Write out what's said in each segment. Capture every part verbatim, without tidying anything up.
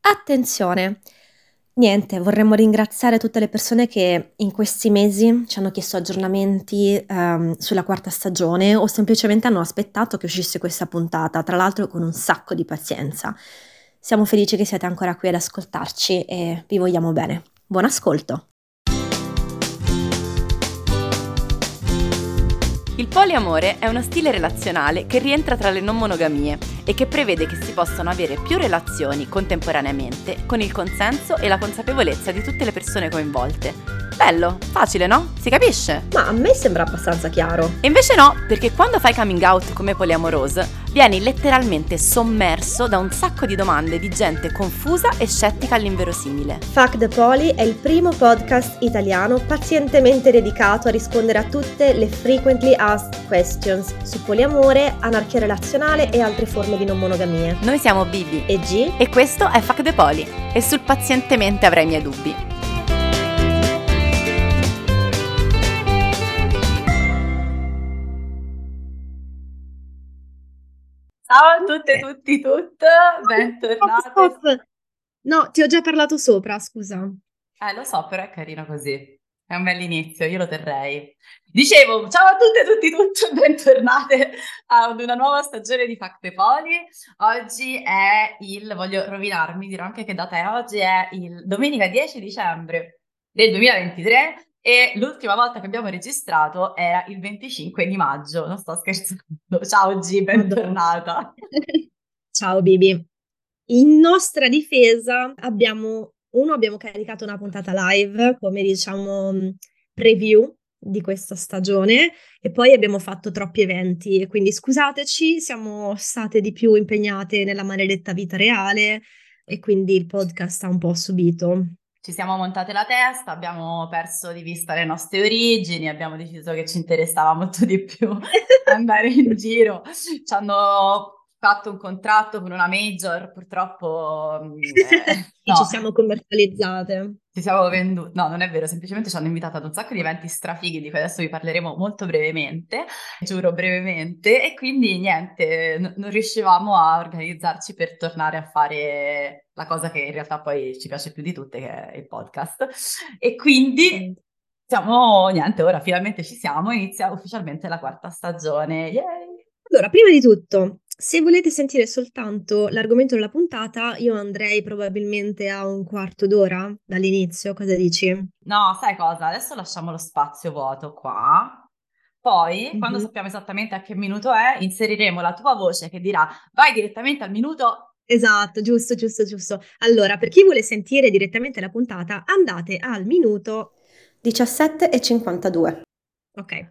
Attenzione! Niente, vorremmo ringraziare tutte le persone che in questi mesi ci hanno chiesto aggiornamenti, ehm, sulla quarta stagione o semplicemente hanno aspettato che uscisse questa puntata, tra l'altro con un sacco di pazienza. Siamo felici che siete ancora qui ad ascoltarci e vi vogliamo bene. Buon ascolto! Il poliamore è uno stile relazionale che rientra tra le non monogamie e che prevede che si possano avere più relazioni contemporaneamente con il consenso e la consapevolezza di tutte le persone coinvolte. Bello, facile, no? Si capisce? Ma a me sembra abbastanza chiaro. E invece no, perché quando fai coming out come poliamoroso, vieni letteralmente sommerso da un sacco di domande di gente confusa e scettica all'inverosimile. Fuck the Poly è il primo podcast italiano pazientemente dedicato a rispondere a tutte le frequently asked questions su poliamore, anarchia relazionale e altre forme di non monogamie. Noi siamo Bibi E G e questo è Fuck the Poly e sul pazientemente avrai i miei dubbi. Ciao a tutte e tutti, tutte, bentornate. Stop, stop. No, ti ho già parlato sopra, scusa. Eh, lo so, però è carino così. È un bell'inizio, io lo terrei. Dicevo, ciao a tutte e tutti, tutte, bentornate ad una nuova stagione di Fuck the Poly. Oggi è il, voglio rovinarmi, dirò anche che data è oggi, è il domenica dieci dicembre del duemilaventitré e l'ultima volta che abbiamo registrato era il venticinque di maggio, non sto scherzando. Ciao G, bentornata. Ciao Bibi. In nostra difesa abbiamo, uno, abbiamo caricato una puntata live come diciamo preview di questa stagione e poi abbiamo fatto troppi eventi e quindi scusateci, siamo state di più impegnate nella maledetta vita reale e quindi il podcast ha un po' subito. Ci siamo montate la testa, abbiamo perso di vista le nostre origini, abbiamo deciso che ci interessava molto di più andare in giro. Ci hanno fatto un contratto con una major, purtroppo eh, sì, no. Ci siamo commercializzate. Ci siamo venduti, no, non è vero, semplicemente ci hanno invitato ad un sacco di eventi strafighi di cui adesso vi parleremo molto brevemente, giuro brevemente, e quindi niente, n- non riuscivamo a organizzarci per tornare a fare la cosa che in realtà poi ci piace più di tutte, che è il podcast. E quindi siamo, niente, ora finalmente ci siamo, inizia ufficialmente la quarta stagione, yay! Allora, prima di tutto, se volete sentire soltanto l'argomento della puntata, io andrei probabilmente a un quarto d'ora dall'inizio, cosa dici? No, sai cosa? Adesso lasciamo lo spazio vuoto qua. Poi, Mhm. quando sappiamo esattamente a che minuto è, inseriremo la tua voce che dirà vai direttamente al minuto. Esatto, giusto, giusto, giusto. Allora, per chi vuole sentire direttamente la puntata, andate al minuto diciassette e cinquantadue. Ok.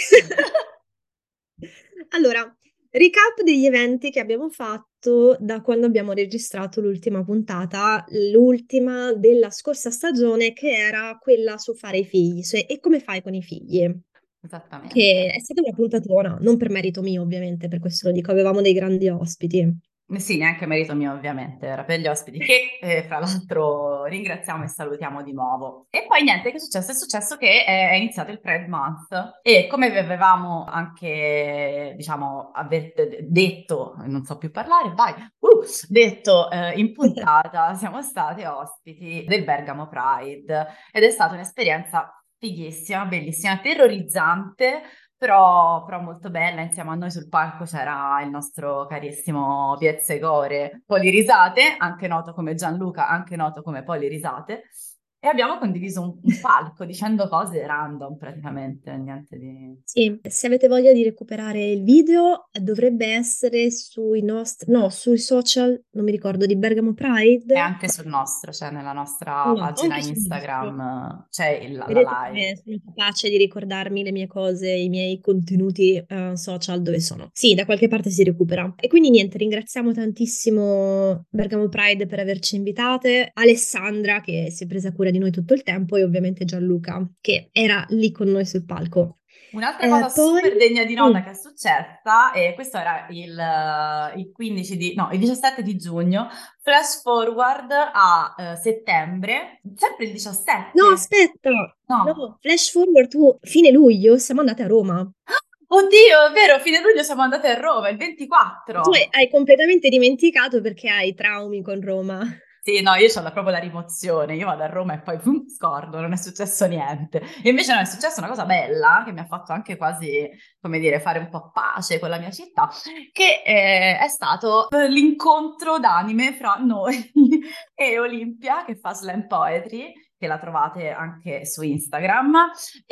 Allora, recap degli eventi che abbiamo fatto da quando abbiamo registrato l'ultima puntata, l'ultima della scorsa stagione, che era quella su fare i figli, cioè, e come fai con i figli. Esattamente. Che è stata una puntatona, non per merito mio ovviamente, per questo lo dico, avevamo dei grandi ospiti. Sì, neanche merito mio ovviamente, era per gli ospiti che eh, fra l'altro ringraziamo e salutiamo di nuovo. E poi niente, che è successo? È successo che è iniziato il Pride Month e come vi avevamo anche, diciamo, avvert- detto, non so più parlare, vai, uh, detto eh, in puntata, siamo state ospiti del Bergamo Pride ed è stata un'esperienza fighissima, bellissima, terrorizzante, però, però molto bella. Insieme a noi sul palco c'era il nostro carissimo Piezzecore Polirisate, anche noto come Gianluca, anche noto come Polirisate, e abbiamo condiviso un, un palco dicendo cose random praticamente, niente di... Sì, se avete voglia di recuperare il video, dovrebbe essere sui nostri, no, sui social, non mi ricordo, di Bergamo E Pride. anche sul nostro, cioè nella nostra No, pagina anche sul nostro. Instagram eh, c'è il- la Vedete live. come sono capace di ricordarmi le mie cose, i miei contenuti eh, social dove sono. Sì, da qualche parte si recupera. E quindi niente, ringraziamo tantissimo Bergamo Pride per averci invitate, Alessandra che si è presa cura di noi tutto il tempo e ovviamente Gianluca che era lì con noi sul palco. Un'altra Eh, cosa poi... super degna di nota Mm, che è successa, e questo era il, eh, il quindici di, no, il diciassette di giugno, flash forward a eh, settembre, sempre il No, diciassette, aspetta! no, No, flash forward tu, fine luglio, siamo andate a Roma. oddio, è vero, fine luglio siamo andate a Roma, il Tu hai ventiquattro. hai completamente dimenticato perché hai traumi con Roma. Sì, no, io ho proprio la rimozione, io vado a Roma e poi pum, scordo, non è successo niente. E invece no, è successa una cosa bella che mi ha fatto anche quasi, come dire, fare un po' pace con la mia città, che eh, è stato l'incontro d'anime fra noi e Olimpia, che fa slam poetry, che la trovate anche su Instagram,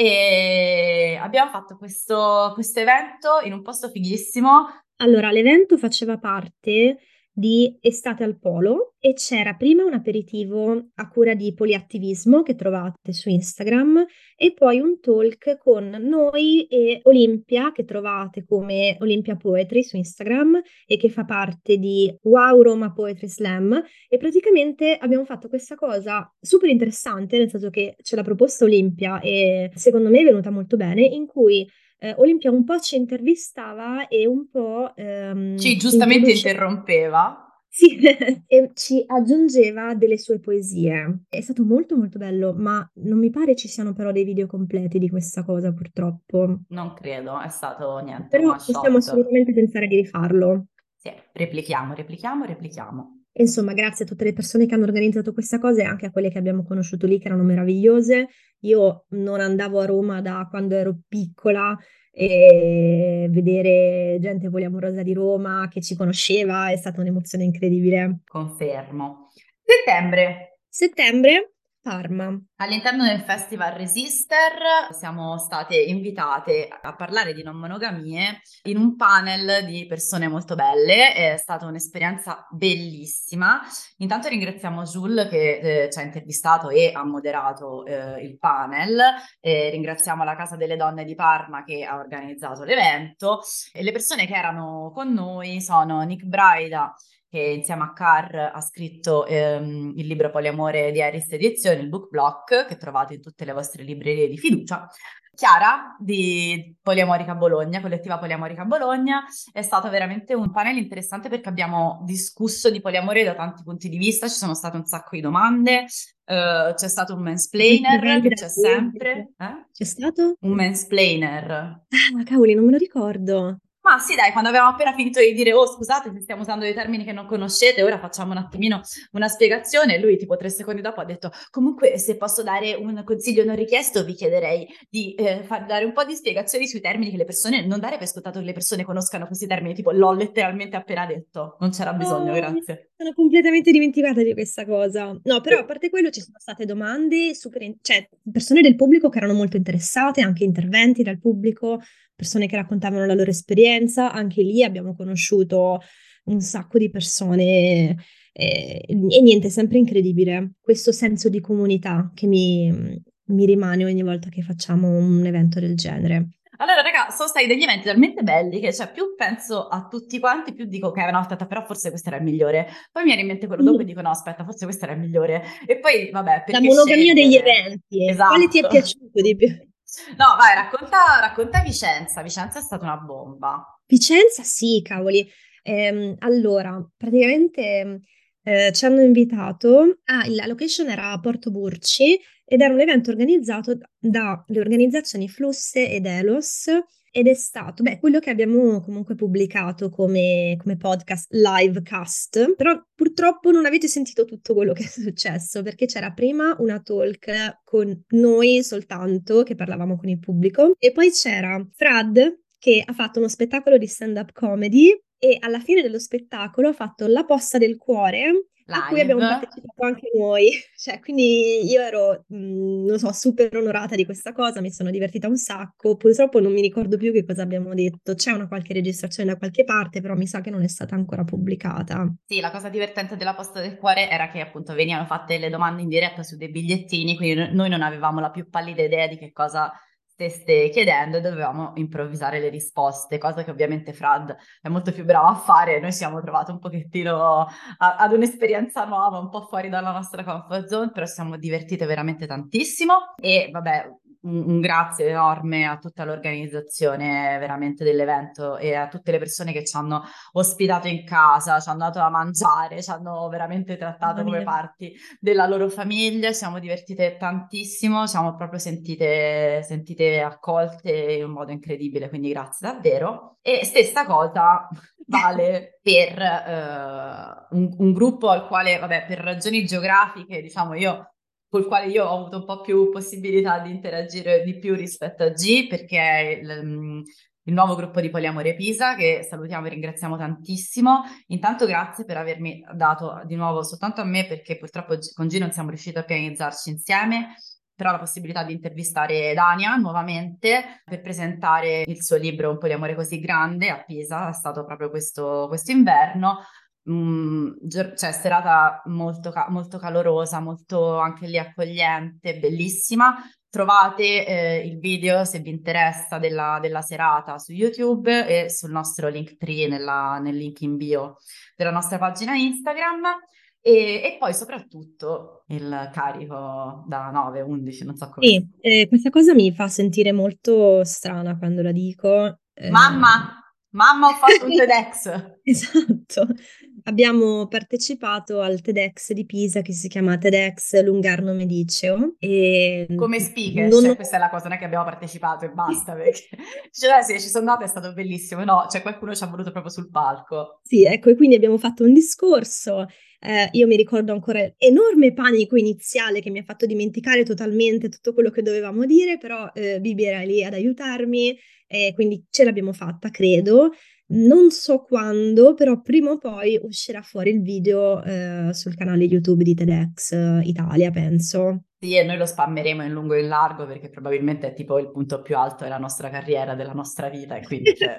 e abbiamo fatto questo, questo evento in un posto fighissimo. Allora, l'evento faceva parte di Estate al Polo e c'era prima un aperitivo a cura di Poliattivismo che trovate su Instagram e poi un talk con noi e Olimpia che trovate come Olimpia Poetry su Instagram e che fa parte di Wow Roma Poetry Slam e praticamente abbiamo fatto questa cosa super interessante, nel senso che ce l'ha proposta Olimpia e secondo me è venuta molto bene, in cui eh, Olimpia un po' ci intervistava e un po' ehm, Ci giustamente introduceva, interrompeva. sì, e ci aggiungeva delle sue poesie. È stato molto molto bello, ma non mi pare ci siano però dei video completi di questa cosa, purtroppo. Non credo, è stato niente, un one Però possiamo shot. assolutamente pensare di rifarlo. Sì, replichiamo, replichiamo, replichiamo. Insomma, grazie a tutte le persone che hanno organizzato questa cosa e anche a quelle che abbiamo conosciuto lì, che erano meravigliose. Io non andavo a Roma da quando ero piccola e vedere gente poliamorosa di Roma che ci conosceva è stata un'emozione incredibile. Confermo. Settembre. Settembre, Parma. All'interno del Festival Resister siamo state invitate a parlare di non monogamie in un panel di persone molto belle, è stata un'esperienza bellissima. Intanto ringraziamo Jules che eh, ci ha intervistato e ha moderato eh, il panel, e ringraziamo la Casa delle Donne di Parma che ha organizzato l'evento e le persone che erano con noi sono Nick Braida, che insieme a Carr ha scritto ehm, il libro Poliamore di Eris Edizioni, il book block, che trovate in tutte le vostre librerie di fiducia. Chiara di Poliamorica Bologna, collettiva Poliamorica Bologna, è stato veramente un panel interessante perché abbiamo discusso di poliamore da tanti punti di vista, ci sono state un sacco di domande, eh, c'è stato un mansplainer Interventi che dal c'è pubblico. sempre, eh? C'è stato? Un mansplainer. Ah, cavoli, non me lo ricordo. Ma sì, dai, quando avevamo appena finito di dire, oh, scusate se stiamo usando dei termini che non conoscete, ora facciamo un attimino una spiegazione. Lui, tipo tre secondi dopo, ha detto: comunque, se posso dare un consiglio non richiesto, vi chiederei di eh, far dare un po' di spiegazioni sui termini che le persone, non dare per scontato che le persone conoscano questi termini. Tipo, l'ho letteralmente appena detto, non c'era bisogno, Oh, mi grazie. sono completamente dimenticata di questa cosa. No, però a parte quello ci sono state domande super, in- cioè persone del pubblico che erano molto interessate, anche interventi dal pubblico, persone che raccontavano la loro esperienza. Anche lì abbiamo conosciuto un sacco di persone eh, e niente, è sempre incredibile questo senso di comunità che mi, mi rimane ogni volta che facciamo un evento del genere. Allora, raga, sono stati degli eventi talmente belli che, cioè, più penso a tutti quanti, più dico che, no, aspetta, però forse questo era il migliore. Poi mi viene in mente quello dopo e dico, no, aspetta, forse questo era il migliore. E poi, vabbè, La perché monogamia degli scegliere? eventi, quale ti è Esatto. piaciuto di più? No, vai, racconta, racconta Vicenza. Vicenza è stata una bomba. Vicenza, sì, cavoli. Ehm, allora, praticamente eh, ci hanno invitato, ah, la location era a Porto Burci ed era un evento organizzato dalle organizzazioni Flusse ed Elos ed è stato, beh, quello che abbiamo comunque pubblicato come, come podcast livecast, però purtroppo non avete sentito tutto quello che è successo perché c'era prima una talk con noi soltanto che parlavamo con il pubblico e poi c'era Frad che ha fatto uno spettacolo di stand-up comedy e alla fine dello spettacolo ha fatto La posta del cuore a cui abbiamo Live. partecipato anche noi. Cioè, quindi io ero, mh, non so, super onorata di questa cosa, mi sono divertita un sacco. Purtroppo non mi ricordo più che cosa abbiamo detto. C'è una qualche registrazione da qualche parte, però mi sa che non è stata ancora pubblicata. Sì, la cosa divertente della posta del cuore era che appunto venivano fatte le domande in diretta su dei bigliettini, quindi no- noi non avevamo la più pallida idea di che cosa stesse chiedendo e dovevamo improvvisare le risposte, cosa che ovviamente Frad è molto più brava a fare. Noi siamo trovati un pochettino a- ad un'esperienza nuova, un po' fuori dalla nostra comfort zone, però siamo divertite veramente tantissimo e vabbè, un, un grazie enorme a tutta l'organizzazione veramente dell'evento e a tutte le persone che ci hanno ospitato in casa, ci hanno dato da mangiare, ci hanno veramente trattato Mamma come mia. parti della loro famiglia, ci siamo divertite tantissimo, ci siamo proprio sentite, sentite accolte in un modo incredibile, quindi grazie davvero. E stessa cosa vale per eh, un, un gruppo al quale, vabbè, per ragioni geografiche, diciamo, io col quale io ho avuto un po' più possibilità di interagire di più rispetto a G, perché è il, mm, il nuovo gruppo di Poliamore Pisa, che salutiamo e ringraziamo tantissimo. Intanto grazie per avermi dato di nuovo soltanto a me, perché purtroppo G- con G non siamo riusciti a organizzarci insieme, però la possibilità di intervistare Dania nuovamente per presentare il suo libro Un poliamore così grande a Pisa, è stato proprio questo inverno. Mm, gio- cioè serata molto, ca- molto calorosa, molto anche lì accogliente, bellissima. Trovate eh, il video, se vi interessa, della, della serata su YouTube e sul nostro Linktree, nella, nel link in bio della nostra pagina Instagram. E, e poi soprattutto il carico da nove undici, non so come si... Sì, eh, questa cosa mi fa sentire molto strana quando la dico. ehm, Mamma, mamma, ho fatto un TEDx. Esatto, abbiamo partecipato al TEDx di Pisa che si chiama TEDx Lungarno Mediceo e Come speaker, non cioè ho. questa è la cosa, non è che abbiamo partecipato e basta, perché cioè, sì, ci sono andata, è stato bellissimo, no, cioè qualcuno ci ha voluto proprio sul palco. Sì, ecco, e quindi abbiamo fatto un discorso. Eh, io mi ricordo ancora l'enorme panico iniziale che mi ha fatto dimenticare totalmente tutto quello che dovevamo dire, però eh, Bibi era lì ad aiutarmi e quindi ce l'abbiamo fatta, credo. Non so quando, però prima o poi uscirà fuori il video eh, sul canale YouTube di TEDx Italia, penso. Sì, e noi lo spammeremo in lungo e in largo perché probabilmente è tipo il punto più alto della nostra carriera, della nostra vita e quindi cioè,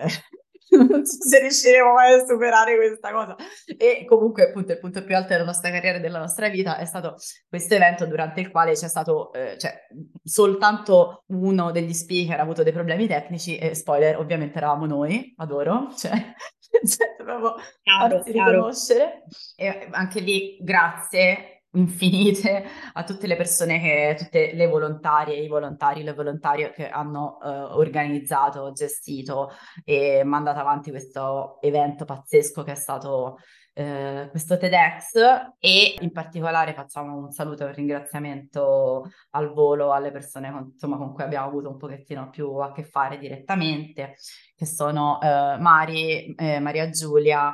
non so se riusciremo mai a superare questa cosa. E comunque appunto il punto più alto della nostra carriera e della nostra vita è stato questo evento durante il quale c'è stato, eh, cioè, soltanto uno degli speaker ha avuto dei problemi tecnici e spoiler, ovviamente eravamo noi, adoro, cioè, cioè proprio Chiaro, farsi chiaro. riconoscere. E anche lì grazie infinite a tutte le persone che, tutte le volontarie, i volontari, le volontarie che hanno eh, organizzato, gestito e mandato avanti questo evento pazzesco che è stato eh, questo TEDx e in particolare facciamo un saluto e un ringraziamento al volo alle persone con, insomma, con cui abbiamo avuto un pochettino più a che fare direttamente, che sono eh, Mari, eh, Maria Giulia,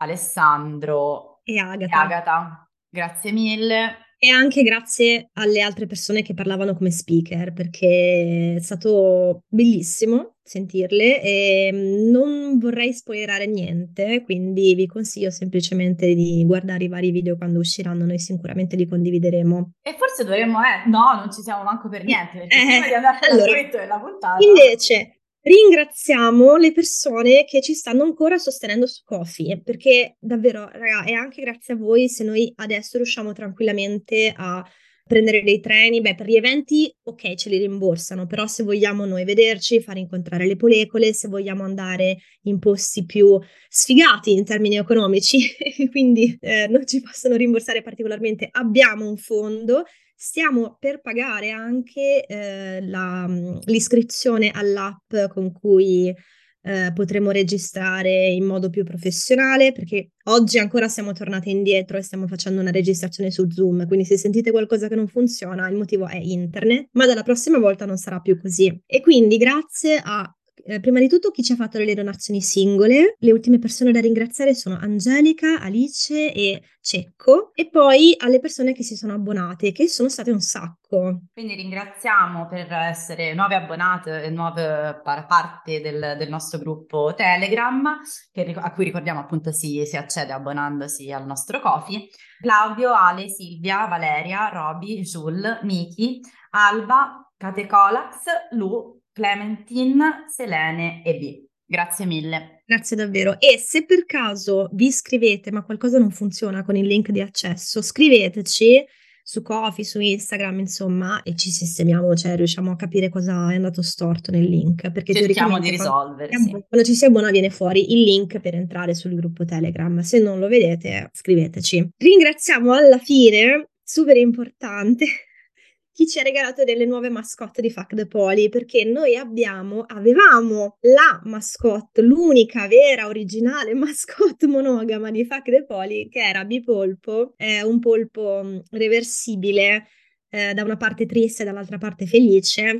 Alessandro E e Agata. Agata. Grazie mille. E anche grazie alle altre persone che parlavano come speaker, perché è stato bellissimo sentirle e non vorrei spoilerare niente, quindi vi consiglio semplicemente di guardare i vari video quando usciranno, noi sicuramente li condivideremo. E forse dovremmo, eh, no, non ci siamo manco per niente, perché prima di Eh, andare allora, all'argomento della puntata, invece, ringraziamo le persone che ci stanno ancora sostenendo su Ko-fi, perché davvero, raga, è anche grazie a voi se noi adesso riusciamo tranquillamente a prendere dei treni. Beh, per gli eventi, ok, ce li rimborsano, però se vogliamo noi vederci, fare incontrare le polecole, se vogliamo andare in posti più sfigati in termini economici, quindi eh, non ci possono rimborsare particolarmente, abbiamo un fondo. Stiamo per pagare anche eh, la- l'iscrizione all'app con cui eh, potremo registrare in modo più professionale, perché oggi ancora siamo tornate indietro e stiamo facendo una registrazione su Zoom, quindi se sentite qualcosa che non funziona, il motivo è internet, ma dalla prossima volta non sarà più così. E quindi grazie a eh, prima di tutto chi ci ha fatto le donazioni singole, le ultime persone da ringraziare sono Angelica, Alice e Cecco, e poi alle persone che si sono abbonate, che sono state un sacco. quindi ringraziamo per essere nuove abbonate e nuove par- parte del, del nostro gruppo Telegram, che ric- a cui ricordiamo appunto si, si accede abbonandosi al nostro Ko-fi. Claudio, Ale, Silvia, Valeria, Roby, Jules, Miki, Alba, Kate Colax, Lu, Clementine, Selene e B. Grazie mille. Grazie davvero. E se per caso vi iscrivete, ma qualcosa non funziona con il link di accesso, scriveteci su Ko-fi, su Instagram, insomma, e ci sistemiamo, cioè riusciamo a capire cosa è andato storto nel link, perché Cerchiamo di teoricamente quando, risolvere, sì. quando ci si abbona viene fuori il link per entrare sul gruppo Telegram. Se non lo vedete, scriveteci. Ringraziamo alla fine, super importante, chi ci ha regalato delle nuove mascotte di Fuck the Poli, perché noi abbiamo, avevamo la mascotte, l'unica vera originale mascotte monogama di Fuck the Poli, che era Bipolpo, eh, un polpo mh, reversibile, eh, da una parte triste e dall'altra parte felice,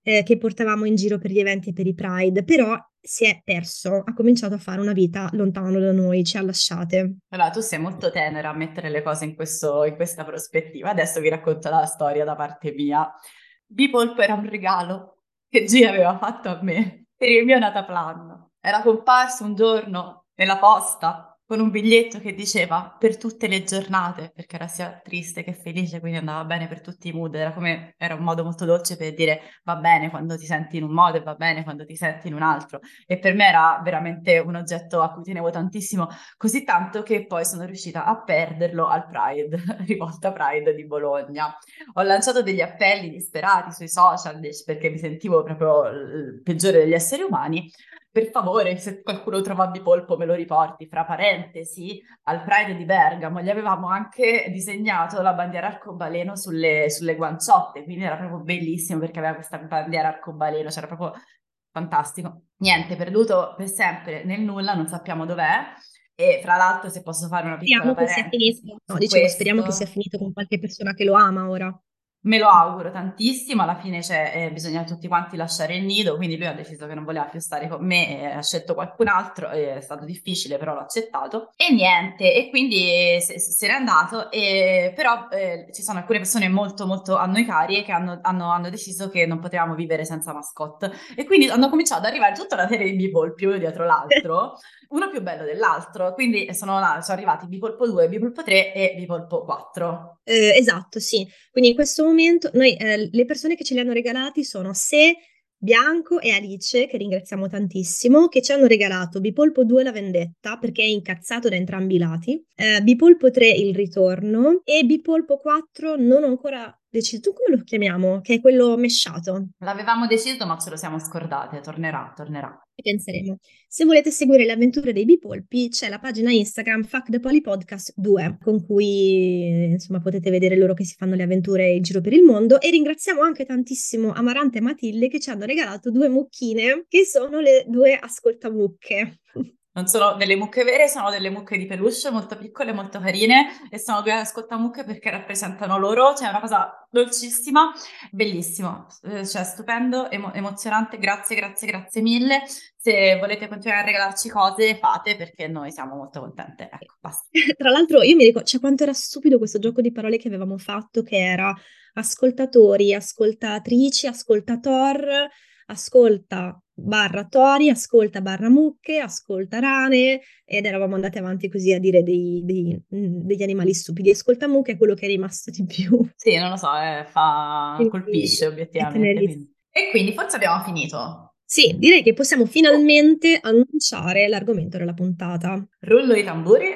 eh, che portavamo in giro per gli eventi e per i Pride, però si è perso, ha cominciato a fare una vita lontano da noi, ci ha lasciate. Allora, tu sei molto tenera a mettere le cose in questo- in questa prospettiva. Adesso vi racconto la storia da parte mia. Bipolpo era un regalo che G aveva fatto a me per il mio nataplan. Era comparso un giorno nella posta con un biglietto che diceva per tutte le giornate, perché era sia triste che felice, quindi andava bene per tutti i mood. Era come, era un modo molto dolce per dire va bene quando ti senti in un modo e va bene quando ti senti in un altro. E per me era veramente un oggetto a cui tenevo tantissimo, così tanto che poi sono riuscita a perderlo al Pride, Rivolta Pride di Bologna. Ho lanciato degli appelli disperati sui social perché mi sentivo proprio il peggiore degli esseri umani. Per favore, se qualcuno trova Bipolpo me lo riporti. Fra parentesi, al Pride di Bergamo gli avevamo anche disegnato la bandiera arcobaleno sulle, sulle guanciotte, quindi era proprio bellissimo perché aveva questa bandiera arcobaleno, c'era proprio fantastico. Niente, perduto per sempre nel nulla, non sappiamo dov'è. E fra l'altro, se posso fare una piccola Speriamo che sia parentesi finito, no, su dicevo, speriamo che sia questo. finito con qualche persona che lo ama ora. Me lo auguro tantissimo, alla fine c'è, eh, bisogna tutti quanti lasciare il nido, quindi lui ha deciso che non voleva più stare con me, e ha scelto qualcun altro, e è stato difficile, però l'ho accettato. E niente, e quindi se, se n'è andato, e, però eh, ci sono alcune persone molto molto a noi carie che hanno, hanno- hanno deciso che non potevamo vivere senza mascotte, e quindi hanno cominciato ad arrivare tutta una serie di bipolpi uno dietro l'altro, uno più bello dell'altro, quindi sono, sono arrivati Bipolpo due, Bipolpo tre e Bipolpo quattro. Eh, esatto, sì. Quindi in questo momento noi, eh, le persone che ce li hanno regalati sono Se, Bianco e Alice, che ringraziamo tantissimo, che ci hanno regalato Bipolpo due La Vendetta, perché è incazzato da entrambi i lati, eh, Bipolpo tre Il Ritorno e Bipolpo quattro non ho ancora deciso. Tu come lo chiamiamo? Che è quello mesciato. L'avevamo deciso, ma ce lo siamo scordate. Tornerà, tornerà. Ci penseremo. Se volete seguire le avventure dei bipolpi, c'è la pagina Instagram Fuck the Poly Podcast due, con cui insomma potete vedere loro che si fanno le avventure in giro per il mondo. E ringraziamo anche tantissimo Amarante e Matilde che ci hanno regalato due mucchine, che sono le due ascoltamucche. Non sono delle mucche vere, sono delle mucche di peluche molto piccole, molto carine, e sono due ascoltamucche perché rappresentano loro. C'è una cosa dolcissima, bellissimo, eh, cioè stupendo, emo- emozionante. Grazie, grazie, grazie mille. Se volete continuare a regalarci cose, fate, perché noi siamo molto contente. Ecco, basta. Tra l'altro, io mi ricordo, cioè, quanto era stupido questo gioco di parole che avevamo fatto, che era ascoltatori, ascoltatrici, ascoltator, ascolta barra tori, ascolta barra mucche, ascolta rane, ed eravamo andati avanti così a dire dei- dei- mm, degli animali stupidi. Ascolta mucche è quello che è rimasto di più. Sì, non lo so, eh, fa... Quindi colpisce è obiettivamente. tenerli. Quindi. E quindi forse abbiamo finito. Sì, direi che possiamo finalmente annunciare l'argomento della puntata. Rullo i tamburi.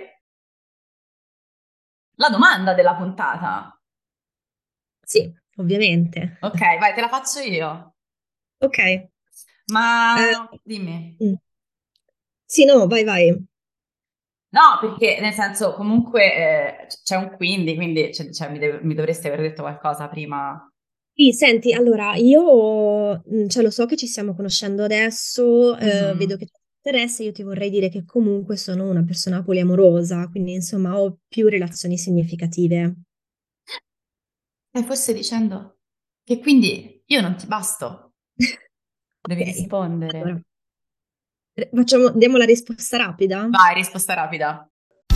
La domanda della puntata. Sì, ovviamente. Ok, vai, te la faccio io. Ok. Eh, Ma dimmi. mm. Sì, no, vai, vai. No, perché nel senso comunque eh, c- c'è un quindi, quindi cioè, cioè, mi, deve- mi dovresti aver detto qualcosa prima. Sì, senti, allora io, mm, cioè, lo so che ci stiamo conoscendo adesso, eh, vedo che Mhm. ti interessa, io ti vorrei dire che comunque sono una persona poliamorosa, quindi insomma ho più relazioni significative. Stai forse dicendo che quindi io non ti basto, devi Ok, rispondere. allora, eh, facciamo, diamo la risposta rapida? Vai, risposta rapida.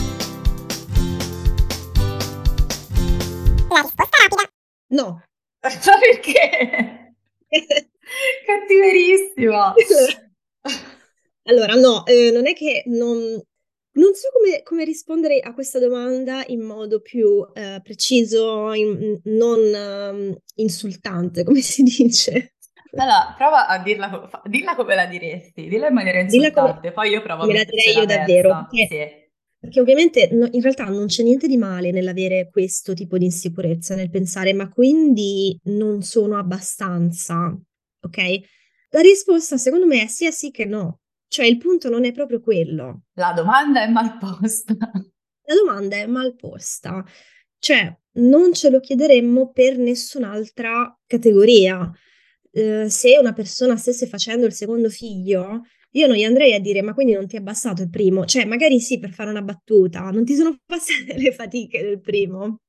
La risposta rapida. No. Ma perché? Cattiverissima. Allora, no, eh, non è che non, non so come, come rispondere a questa domanda in modo più eh, preciso, in- non ehm, insultante, come si dice. Allora, prova a dirla, co- fa- dilla come la diresti, dilla in maniera Dilla come, insultante, poi io provo a come la direi io mettercela davvero, versa. perché, Sì. perché ovviamente no- in realtà non c'è niente di male nell'avere questo tipo di insicurezza, nel pensare, ma quindi non sono abbastanza, ok? La risposta secondo me è sia sì che no, cioè il punto non è proprio quello. La domanda è mal posta. La domanda è mal posta, cioè non ce lo chiederemmo per nessun'altra categoria. Eh, se una persona stesse facendo il secondo figlio, io non gli andrei a dire, ma quindi non ti è bastato il primo? Cioè, magari sì, per fare una battuta, non ti sono passate le fatiche del primo.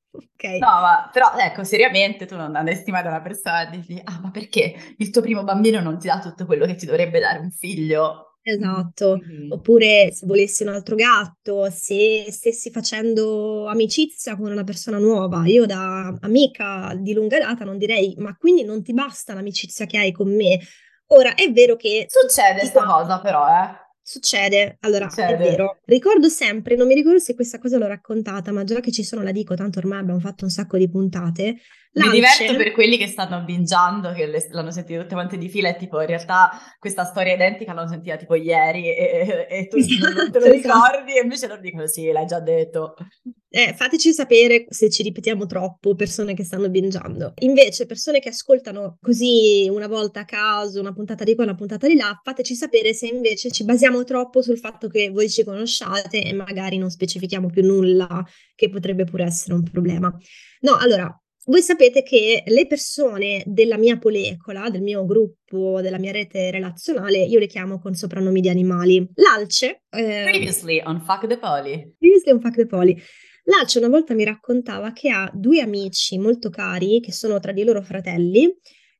Ok? No, ma però ecco, seriamente tu non andresti mai da una persona e dirgli, ah, ma perché il tuo primo bambino non ti dà tutto quello che ti dovrebbe dare un figlio? Esatto, Mhm. oppure se volessi un altro gatto, se stessi facendo amicizia con una persona nuova, io da amica di lunga data non direi, ma quindi non ti basta l'amicizia che hai con me? Ora, è vero che Succede tutti sta quanti cosa però, eh? succede, allora è Succede. vero, ricordo sempre, non mi ricordo se questa cosa l'ho raccontata, ma già che ci sono la dico, tanto ormai abbiamo fatto un sacco di puntate, Mi diverto l'alce. per quelli che stanno bingiando, che le- l'hanno sentita tutte quante di fila e tipo in realtà questa storia identica l'hanno sentita tipo ieri e, e- e tu non, non te lo Esatto, esatto. ricordi e invece loro dicono sì, l'hai già detto. Eh, fateci sapere se ci ripetiamo troppo, persone che stanno bingiando. Invece, persone che ascoltano così una volta a caso, una puntata di qua, una puntata di là, fateci sapere se invece ci basiamo troppo sul fatto che voi ci conosciate e magari non specifichiamo più nulla, che potrebbe pure essere un problema. No, allora, voi sapete che le persone della mia polecola, del mio gruppo, della mia rete relazionale, io le chiamo con soprannomi di animali. L'alce, eh, Previously on Fuck the Poly. Previously on Fuck the Poly. L'Alce una volta mi raccontava che ha due amici molto cari, che sono tra di loro fratelli,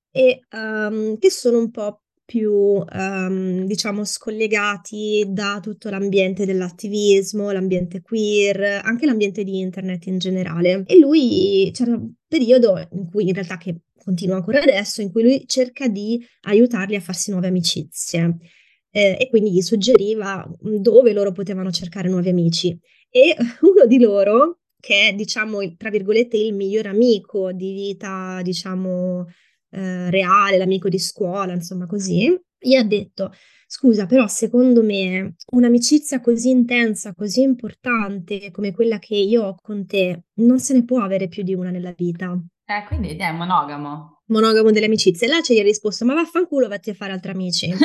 e ehm, che sono un po' più, ehm, diciamo, scollegati da tutto l'ambiente dell'attivismo, l'ambiente queer, anche l'ambiente di internet in generale. E lui c'era un periodo in cui, in realtà, che continua ancora adesso, in cui lui cerca di aiutarli a farsi nuove amicizie. Eh, e quindi gli suggeriva dove loro potevano cercare nuovi amici. E uno di loro, che è, diciamo, il- tra virgolette, il miglior amico di vita, diciamo, eh, reale, l'amico di scuola, insomma, così, gli ha detto: Scusa, però secondo me un'amicizia così intensa, così importante come quella che io ho con te, non se ne può avere più di una nella vita. Eh, quindi è monogamo. Monogamo delle amicizie. E là ci gli ha risposto: Ma vaffanculo, vatti a fare altri amici.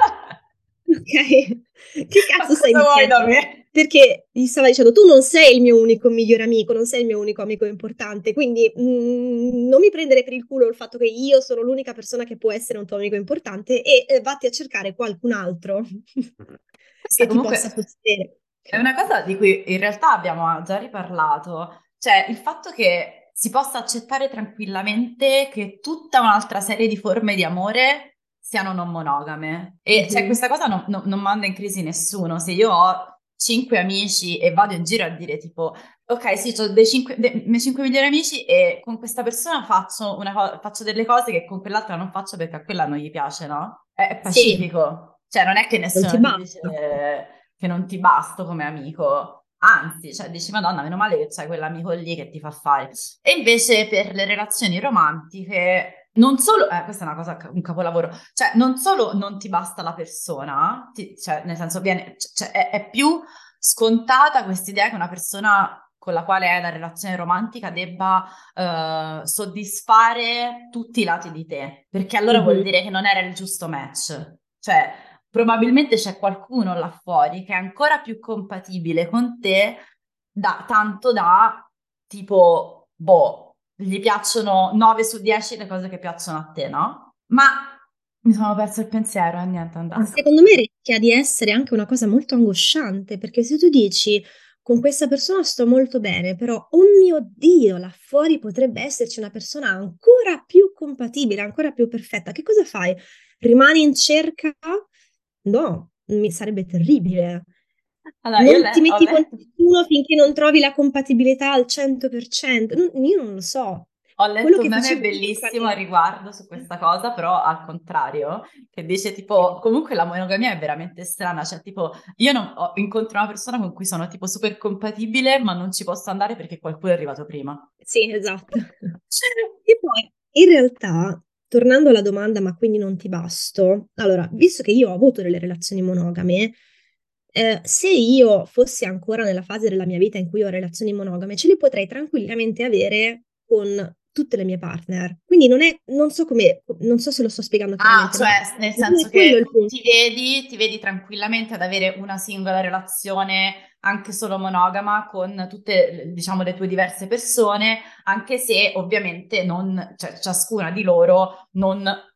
Ok, che Ma cazzo stai cosa vuoi da dicendo? me? Perché gli stava dicendo, tu non sei il mio unico migliore amico, non sei il mio unico amico importante, quindi mm, non mi prendere per il culo il fatto che io sono l'unica persona che può essere un tuo amico importante e eh, vatti a cercare qualcun altro Questa che ti possa comunque sostenere. è una cosa di cui in realtà abbiamo già riparlato, cioè il fatto che si possa accettare tranquillamente che tutta un'altra serie di forme di amore siano non monogame. E cioè Mhm. questa cosa non, non- non manda in crisi nessuno. Se io ho cinque amici e vado in giro a dire tipo, ok, sì, ho dei cinque, dei miei cinque migliori amici e con questa persona faccio, una co- faccio delle cose che con quell'altra non faccio perché a quella non gli piace, no? È, è Sì, pacifico. Cioè non è che non ti nessuno ti dice basta. che non ti basto come amico. Anzi, cioè, dici, Madonna, meno male che c'hai quell'amico lì che ti fa fare. E invece per le relazioni romantiche, non solo, eh, questa è una cosa, un capolavoro, cioè non solo non ti basta la persona, ti- cioè nel senso viene, cioè, è, è più scontata questa idea che una persona con la quale hai la relazione romantica debba eh, soddisfare tutti i lati di te, perché allora vuol Mhm. dire che non era il giusto match. Cioè, probabilmente c'è qualcuno là fuori che è ancora più compatibile con te, da, tanto da tipo, boh, gli piacciono nove su dieci le cose che piacciono a te, no? Ma mi sono perso il pensiero e niente, è andato. Secondo me rischia di essere anche una cosa molto angosciante, perché se tu dici con questa persona sto molto bene, però oh mio Dio, là fuori potrebbe esserci una persona ancora più compatibile, ancora più perfetta, che cosa fai? Rimani in cerca? No, mi sarebbe terribile. Allora, io Non ti le- ho metti con letto nessuno finché non trovi la compatibilità al cento per cento. Non- io non lo so. Ho Quello letto un che meme facevo io bellissimo a quando... riguardo su questa cosa, però al contrario, che dice tipo, comunque la monogamia è veramente strana, cioè tipo, io non, ho, incontro una persona con cui sono tipo super compatibile, ma non ci posso andare perché qualcuno è arrivato prima. Sì, esatto. E poi, in realtà, tornando alla domanda, ma quindi non ti basto? Allora, visto che io ho avuto delle relazioni monogame, eh, se io fossi ancora nella fase della mia vita in cui ho relazioni monogame, ce le potrei tranquillamente avere con tutte le mie partner. Quindi non è, non so come, non so se lo sto spiegando Ah, chiaramente, ma cioè, nel non senso è quello che il tu punto. ti vedi, ti vedi tranquillamente ad avere una singola relazione, anche solo monogama, con tutte, diciamo, le tue diverse persone, anche se ovviamente non, cioè, ciascuna di loro non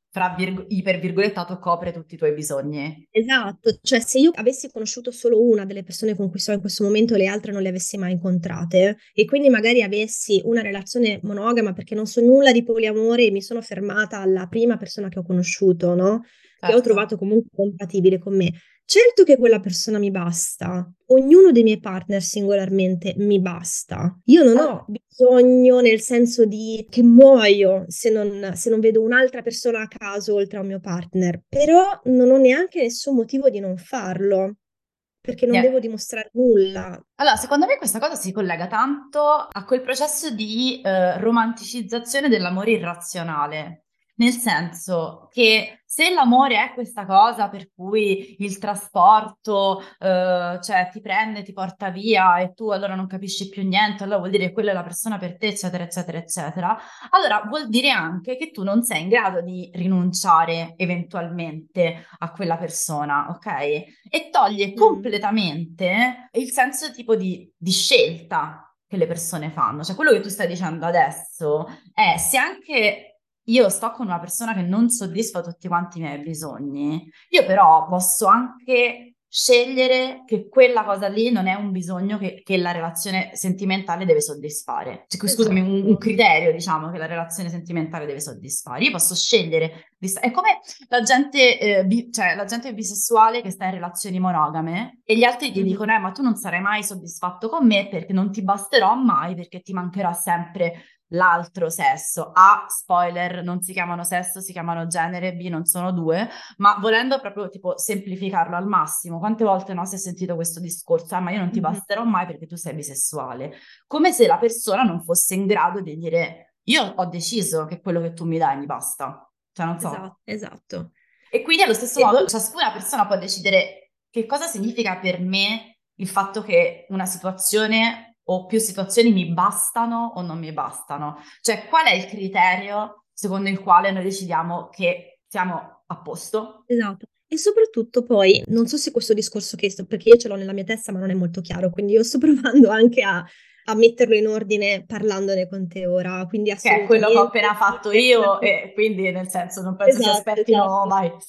fra virgo- ipervirgolettato, copre tutti i tuoi bisogni. Esatto, cioè se io avessi conosciuto solo una delle persone con cui sto in questo momento e le altre non le avessi mai incontrate e quindi magari avessi una relazione monogama perché non so nulla di poliamore e mi sono fermata alla prima persona che ho conosciuto, no? Che ho Certo. trovato comunque compatibile con me. Certo che quella persona mi basta, ognuno dei miei partner singolarmente mi basta. Io non Al- ho bisogno nel senso di che muoio se non, se non vedo un'altra persona a caso oltre a un mio partner, però non ho neanche nessun motivo di non farlo, perché non yeah. devo dimostrare nulla. Allora, secondo me questa cosa si collega tanto a quel processo di eh, romanticizzazione dell'amore irrazionale, nel senso che se l'amore è questa cosa per cui il trasporto, eh, cioè ti prende, ti porta via e tu allora non capisci più niente, allora vuol dire che quella è la persona per te, eccetera, eccetera, eccetera, allora vuol dire anche che tu non sei in grado di rinunciare eventualmente a quella persona, ok? E toglie Mm, completamente il senso tipo di, di scelta che le persone fanno. Cioè, quello che tu stai dicendo adesso è se anche io sto con una persona che non soddisfa tutti quanti i miei bisogni, io però posso anche scegliere che quella cosa lì non è un bisogno che, che la relazione sentimentale deve soddisfare. Cioè, scusami, un, un esatto, criterio, diciamo, che la relazione sentimentale deve soddisfare. Io posso scegliere di sta- È come la gente, eh, bi- cioè, la gente bisessuale che sta in relazioni monogame e gli altri gli mhm, dicono, eh, ma tu non sarai mai soddisfatto con me perché non ti basterò mai, perché ti mancherà sempre l'altro sesso. A, spoiler, non si chiamano sesso, si chiamano genere, B, non sono due, ma volendo proprio tipo semplificarlo al massimo, quante volte no, si è sentito questo discorso, ah, ma io non ti mhm. basterò mai perché tu sei bisessuale, come se la persona non fosse in grado di dire, io ho deciso che quello che tu mi dai mi basta, cioè non so. Esatto, esatto. E quindi allo stesso E modo poi- ciascuna persona può decidere che cosa significa per me il fatto che una situazione o più situazioni mi bastano o non mi bastano. Cioè, qual è il criterio secondo il quale noi decidiamo che siamo a posto? esatto. E soprattutto poi, non so se questo discorso che sto, perché io ce l'ho nella mia testa, ma non è molto chiaro, quindi io sto provando anche a, a metterlo in ordine parlandone con te ora, quindi Che è quello che ho appena assolutamente sì, fatto è una io cosa- e quindi nel senso non penso si Esatto, aspettino esatto. mai.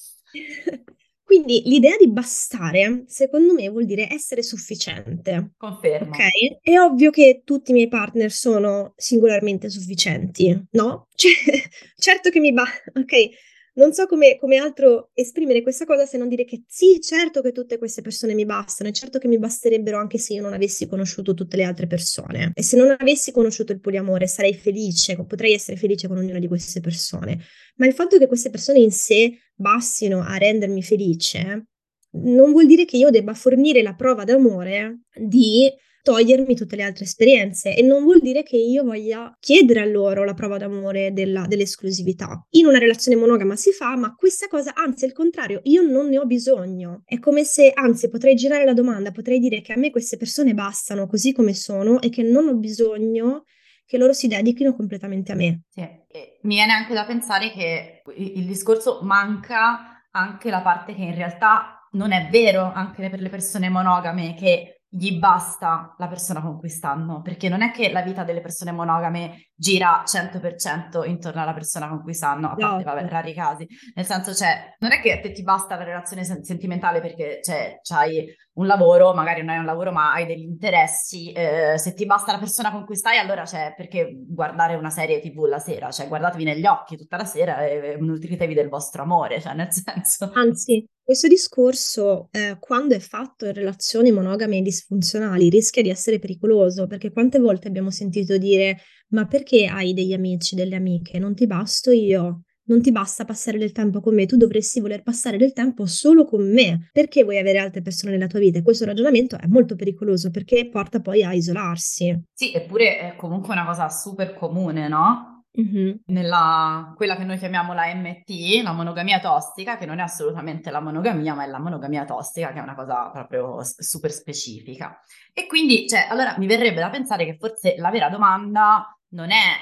Quindi l'idea di bastare, secondo me, vuol dire essere sufficiente. Confermo. Ok? È ovvio che tutti i miei partner sono singolarmente sufficienti, no? Cioè, certo che mi basta, ok? Non so come, come altro esprimere questa cosa se non dire che sì, certo che tutte queste persone mi bastano e certo che mi basterebbero anche se io non avessi conosciuto tutte le altre persone. E se non avessi conosciuto il poliamore, sarei felice, potrei essere felice con ognuna di queste persone. Ma il fatto che queste persone in sé bastino a rendermi felice non vuol dire che io debba fornire la prova d'amore di togliermi tutte le altre esperienze e non vuol dire che io voglia chiedere a loro la prova d'amore della- dell'esclusività. In una relazione monogama si fa, ma questa cosa, anzi, al contrario, io non ne ho bisogno. È come se, anzi, potrei girare la domanda, potrei dire che a me queste persone bastano così come sono e che non ho bisogno che loro si dedichino completamente a me. Sì, e mi viene anche da pensare che il, il discorso manca anche la parte che in realtà non è vero anche per le persone monogame che gli basta la persona con cui stanno, perché non è che la vita delle persone monogame gira cento per cento intorno alla persona con cui stanno, a parte, vabbè, Esatto. rari casi. Nel senso, cioè, non è che a te ti basta la relazione sen- sentimentale perché, cioè, c'hai un lavoro, magari non hai un lavoro, ma hai degli interessi. Eh, se ti basta la persona con cui stai, allora c'è perché guardare una serie T V la sera, cioè guardatevi negli occhi tutta la sera e nutritevi del vostro amore, cioè nel senso. Anzi, questo discorso, eh, quando è fatto in relazioni monogame e disfunzionali, rischia di essere pericoloso, perché quante volte abbiamo sentito dire, ma perché hai degli amici, delle amiche? Non ti basto io? Non ti basta passare del tempo con me? Tu dovresti voler passare del tempo solo con me. Perché vuoi avere altre persone nella tua vita? E questo ragionamento è molto pericoloso perché porta poi a isolarsi. Sì, eppure è comunque una cosa super comune, no? Mhm. Nella, quella che noi chiamiamo la M T, la monogamia tossica, che non è assolutamente la monogamia, ma è la monogamia tossica, che è una cosa proprio s- super specifica. E quindi, cioè, allora mi verrebbe da pensare che forse la vera domanda non è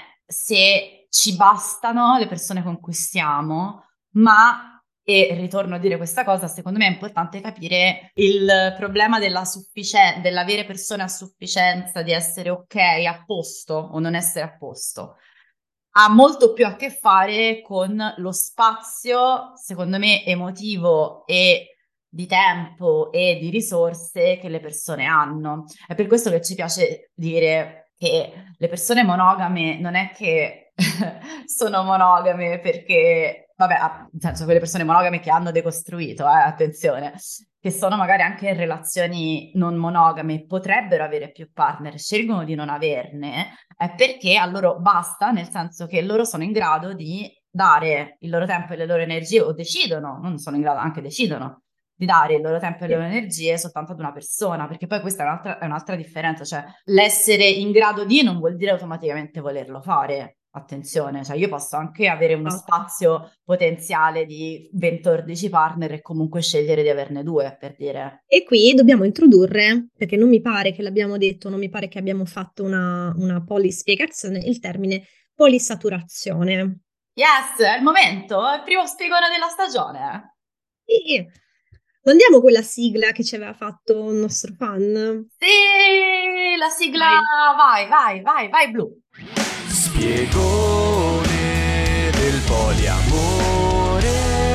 se ci bastano le persone con cui stiamo, ma, e ritorno a dire questa cosa, secondo me è importante capire il problema della sufficienza, dell'avere persone a sufficienza, di essere ok, a posto o non essere a posto. ha molto più a che fare con lo spazio, secondo me, emotivo e di tempo e di risorse che le persone hanno. È per questo che ci piace dire che le persone monogame non è che sono monogame perché, vabbè, nel senso quelle persone monogame che hanno decostruito, eh, attenzione, che sono magari anche in relazioni non monogame, potrebbero avere più partner, scelgono di non averne, è perché a loro basta, nel senso che loro sono in grado di dare il loro tempo e le loro energie, o decidono, non sono in grado, anche decidono di dare il loro tempo e le loro energie soltanto ad una persona, perché poi questa è un'altra, è un'altra differenza, cioè l'essere in grado di non vuol dire automaticamente volerlo fare. Attenzione, cioè io posso anche avere uno spazio potenziale di ventordici partner e comunque scegliere di averne due, per dire. E qui dobbiamo introdurre, perché non mi pare che l'abbiamo detto, non mi pare che abbiamo fatto una, una polispiegazione, il termine polisaturazione. Yes, è il momento, è il primo spiegone della stagione. E mandiamo quella sigla che ci aveva fatto un nostro fan. Sì, la sigla, vai, vai, vai, vai, blu. Spiegone del poliamore.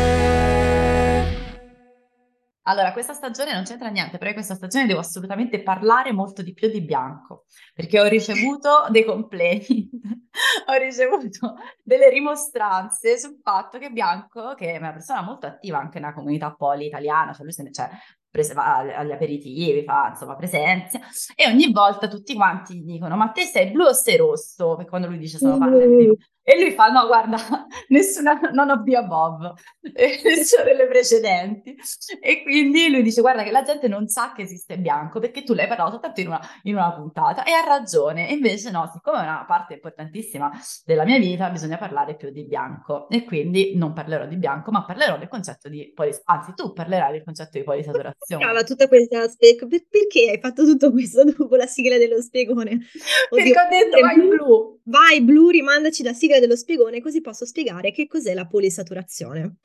Allora, questa stagione non c'entra niente, però in questa stagione devo assolutamente parlare molto di più di Bianco, perché ho ricevuto dei complaint, ho ricevuto delle rimostranze sul fatto che Bianco, che è una persona molto attiva anche nella comunità poli italiana, cioè lui se ne, cioè, prese, va agli aperitivi, fa insomma presenze, e ogni volta tutti quanti gli dicono: ma te sei blu o sei rosso? Perché quando lui dice sono partner, gli dico, e lui fa: no, guarda, nessuna, non ho via Bob, nessuna delle precedenti. E quindi lui dice: guarda che la gente non sa che esiste Bianco perché tu l'hai parlato soltanto in una, in una puntata, e ha ragione. E invece no, siccome è una parte importantissima della mia vita, bisogna parlare più di Bianco. E quindi non parlerò di Bianco, ma parlerò del concetto di polis... Anzi, tu parlerai del concetto di polisaturazione. Tutta questa spe- per- perché hai fatto tutto questo dopo la sigla dello spiegone? Perché Oddio, ho detto vai blu, blu. vai blu, rimandaci la sigla dello spiegone così posso spiegare che cos'è la polisaturazione.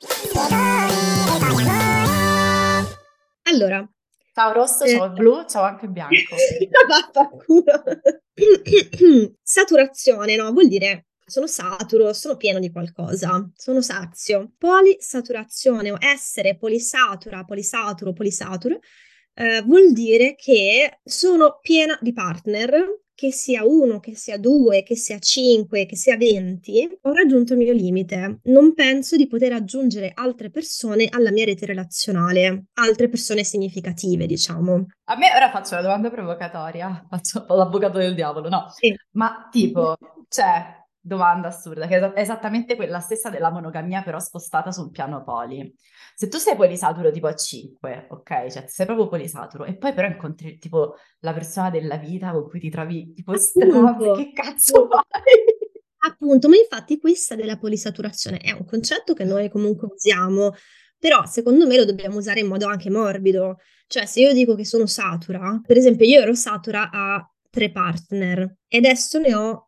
Allora, Ciao rosso, eh, ciao blu, ciao anche bianco. vaffanculo. Saturazione, no? Vuol dire sono saturo, sono pieno di qualcosa, sono sazio. Polisaturazione o essere polisatura, polisaturo, polisaturo, eh, vuol dire che sono piena di partner, che sia uno, che sia due, che sia cinque, che sia venti. Ho raggiunto il mio limite. Non penso di poter aggiungere altre persone alla mia rete relazionale, altre persone significative, diciamo. A me ora faccio una domanda provocatoria, faccio l'avvocato del diavolo, no? Sì. Ma tipo, c'è domanda assurda, che è es- esattamente quella stessa della monogamia, però spostata sul piano poli. Se tu sei polisaturo tipo a cinque, ok? Cioè sei proprio polisaturo, e poi però incontri tipo la persona della vita con cui ti trovi tipo strano, Appunto, che cazzo fai? appunto, ma infatti questa della polisaturazione è un concetto che noi comunque usiamo, però secondo me lo dobbiamo usare in modo anche morbido. Cioè, se io dico che sono satura, per esempio, io ero satura a tre partner e adesso ne ho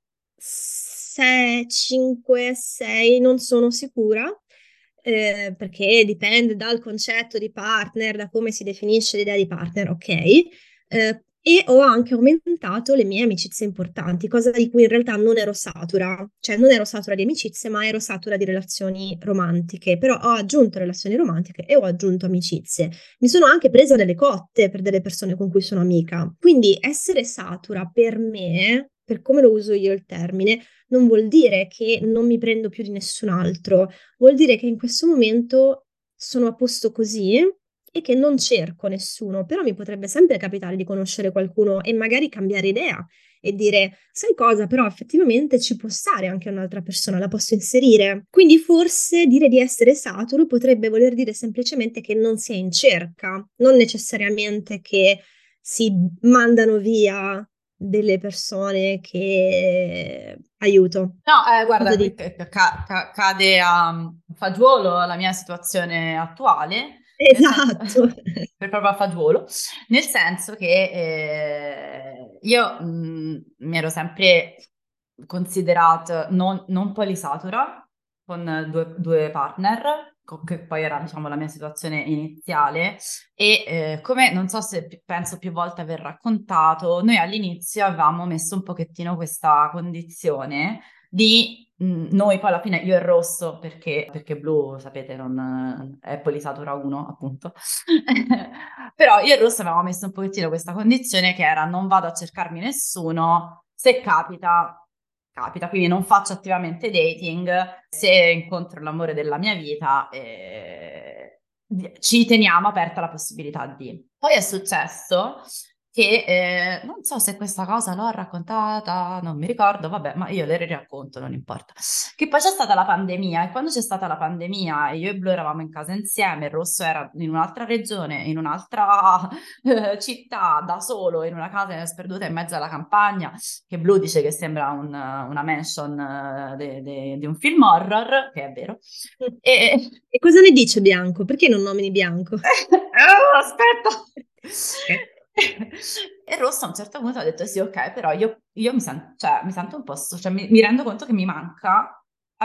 sei, cinque, sei, non sono sicura, eh, perché dipende dal concetto di partner, da come si definisce l'idea di partner, ok? Eh, e ho anche aumentato le mie amicizie importanti, cosa di cui in realtà non ero satura, cioè non ero satura di amicizie, ma ero satura di relazioni romantiche, però ho aggiunto relazioni romantiche e ho aggiunto amicizie. Mi sono anche presa delle cotte per delle persone con cui sono amica. Quindi essere satura per me, per come lo uso io il termine, non vuol dire che non mi prendo più di nessun altro, vuol dire che in questo momento sono a posto così e che non cerco nessuno, però mi potrebbe sempre capitare di conoscere qualcuno e magari cambiare idea e dire, sai cosa, però effettivamente ci può stare anche un'altra persona, la posso inserire. Quindi forse dire di essere saturo potrebbe voler dire semplicemente che non si è in cerca, non necessariamente che si mandano via delle persone che aiuto. No, eh, guarda, Cosa qui dici? ca- ca- ca- cade a fagiolo la mia situazione attuale, nel senso, Esatto. per proprio a fagiolo, nel senso che eh, io mh, mi ero sempre considerata non, non polisatura con due, due partner, che poi era diciamo la mia situazione iniziale e eh, come non so se penso più volte aver raccontato, noi all'inizio avevamo messo un pochettino questa condizione di mh, noi poi alla fine io e Rosso perché, perché Blu sapete non è polisatura uno appunto però io e Rosso avevamo messo un pochettino questa condizione che era non vado a cercarmi nessuno, se capita capita, quindi non faccio attivamente dating, se incontro l'amore della mia vita eh, ci teniamo aperta la possibilità di. Poi è successo che eh, non so se questa cosa l'ho raccontata, non mi ricordo, vabbè, ma io le racconto, non importa. Che poi c'è stata la pandemia e quando c'è stata la pandemia e io e Blu eravamo in casa insieme, il Rosso era in un'altra regione, in un'altra eh, città, da solo, in una casa sperduta in mezzo alla campagna, che Blu dice che sembra un, una mansion eh, de- de- di un film horror, che è vero. E, E cosa ne dice Bianco? Perché non nomini Bianco? Oh, aspetta. Ok. E Rosso a un certo punto ha detto sì, ok, però io, io mi, sen- cioè, mi sento un po', sto- cioè, mi, mi rendo conto che mi manca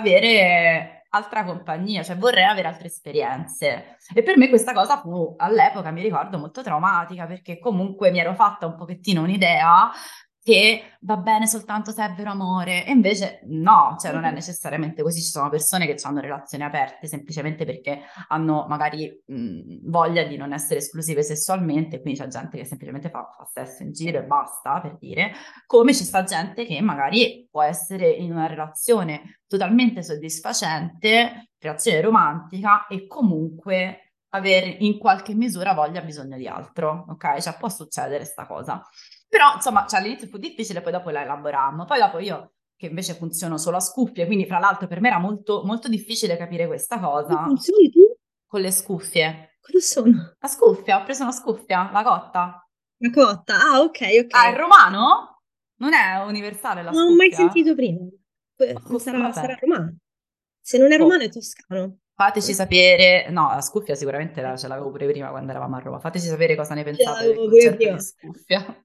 avere altra compagnia, cioè vorrei avere altre esperienze. E per me questa cosa fu all'epoca, mi ricordo, molto traumatica perché comunque mi ero fatta un pochettino un'idea che va bene soltanto se è vero amore, e invece no, cioè non è necessariamente così, ci sono persone che hanno relazioni aperte semplicemente perché hanno magari mh, voglia di non essere esclusive sessualmente, quindi c'è gente che semplicemente fa, fa sesso in giro e basta, per dire, come ci sta gente che magari può essere in una relazione totalmente soddisfacente, relazione romantica e comunque avere in qualche misura voglia, bisogno di altro, ok? Cioè può succedere sta cosa. Però, insomma, cioè, all'inizio fu difficile, poi dopo la elaborammo. Poi dopo io, che invece funziono solo a scuffie, quindi fra l'altro per me era molto, molto difficile capire questa Come cosa funzioni tu? con le scuffie. Cosa sono? La scuffia, ho preso una scuffia, la cotta. La cotta. Ah, ok, Ah, è ok. romano? Non è universale la Non ho mai scuffia? sentito prima. La Que- scuffia, Sarà, sarà vabbè. romano. Se non è romano è Boh. toscano. Fateci sapere, no, la scuffia sicuramente la- ce l'avevo pure prima quando eravamo a Roma. Fateci sapere cosa ne Ce pensate del l'avevo pure concetto di prima. scuffia.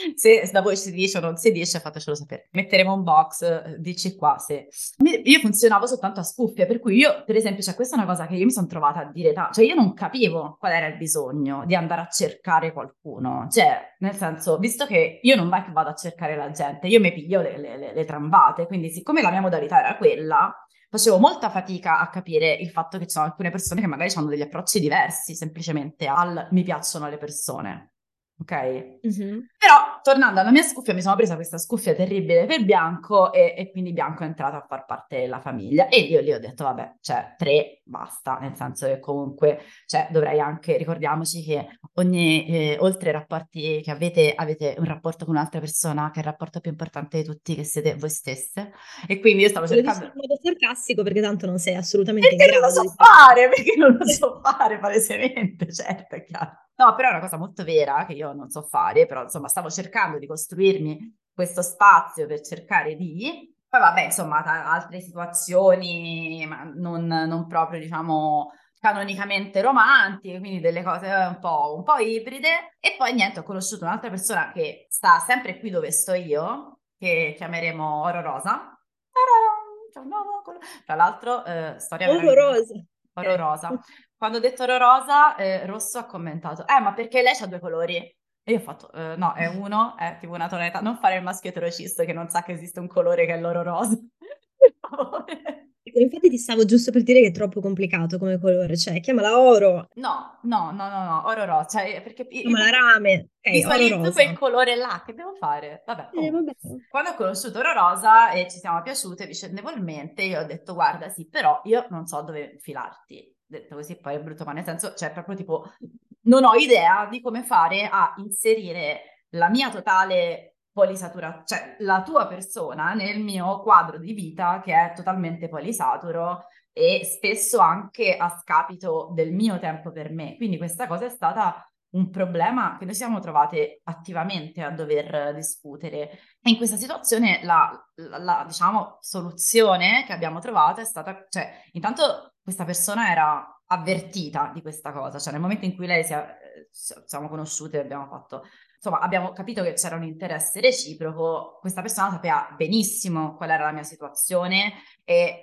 Se da voi si dice o non si dice, fatecelo sapere. Metteremo un box, eh, dici qua se. Mi- Io funzionavo soltanto a scuffia, per cui io, per esempio, cioè questa è una cosa che io mi sono trovata a dire, ta- cioè io non capivo qual era il bisogno di andare a cercare qualcuno. Cioè, nel senso, visto che io non è che vado a cercare la gente, io mi piglio le, le, le, le trambate, quindi siccome la mia modalità era quella facevo molta fatica a capire il fatto che ci sono alcune persone che magari hanno degli approcci diversi semplicemente al mi piacciono le persone, ok? Mhm. Però, tornando alla mia scuffia, mi sono presa questa scuffia terribile per Bianco e, e quindi Bianco è entrato a far parte della famiglia e io lì ho detto, vabbè, cioè, tre, basta, nel senso che comunque, cioè, dovrei anche, ricordiamoci che ogni, eh, oltre ai rapporti che avete, avete un rapporto con un'altra persona, che è il rapporto più importante di tutti, che siete voi stesse, e quindi io stavo Lo dici in cercando... modo sarcastico perché tanto non sei assolutamente in Perché non lo grado so di fare. fare? Perché non lo so fare palesemente, certo, è chiaro. No, però è una cosa molto vera che io non so fare, però insomma stavo cercando di costruirmi questo spazio per cercare di... Poi vabbè, insomma, ta- altre situazioni, ma non, non proprio, diciamo, canonicamente romantiche, quindi delle cose un po', un po' ibride. E poi niente, ho conosciuto un'altra persona che sta sempre qui dove sto io, che chiameremo Oro Rosa. C'è un nuovo colore. Tra l'altro, eh, storia meravigliosa. Orroroso. Oro Ok. rosa. Quando ho detto oro rosa, eh, Rosso ha commentato, eh, ma perché lei ha due colori? E io ho fatto, "Eh, no, è uno, è tipo una tonalità, non fare il maschio eterocisto che non sa che esiste un colore che è l'oro rosa. Per favore. Ecco, infatti ti stavo giusto per dire che è troppo complicato come colore, cioè chiamala oro, No, no, no, no, no, oro rosa, cioè, perché io chiamala rame, ok, oro visualizzo quel rosa. colore là, che devo fare? Vabbè, Eh, comunque. vabbè. Quando ho conosciuto Oro Rosa e ci siamo piaciute vicendevolmente, io ho detto, guarda, sì, però io non so dove filarti. Detto così poi è brutto, ma nel senso, cioè proprio tipo, non ho idea di come fare a inserire la mia totale polisaturazione, cioè la tua persona nel mio quadro di vita che è totalmente polisaturo e spesso anche a scapito del mio tempo per me. Quindi questa cosa è stata un problema che noi siamo trovate attivamente a dover discutere. E in questa situazione la, la, la, diciamo, soluzione che abbiamo trovato è stata, cioè, intanto questa persona era avvertita di questa cosa, cioè nel momento in cui lei si è, siamo conosciute e abbiamo fatto, insomma, abbiamo capito che c'era un interesse reciproco, questa persona sapeva benissimo qual era la mia situazione e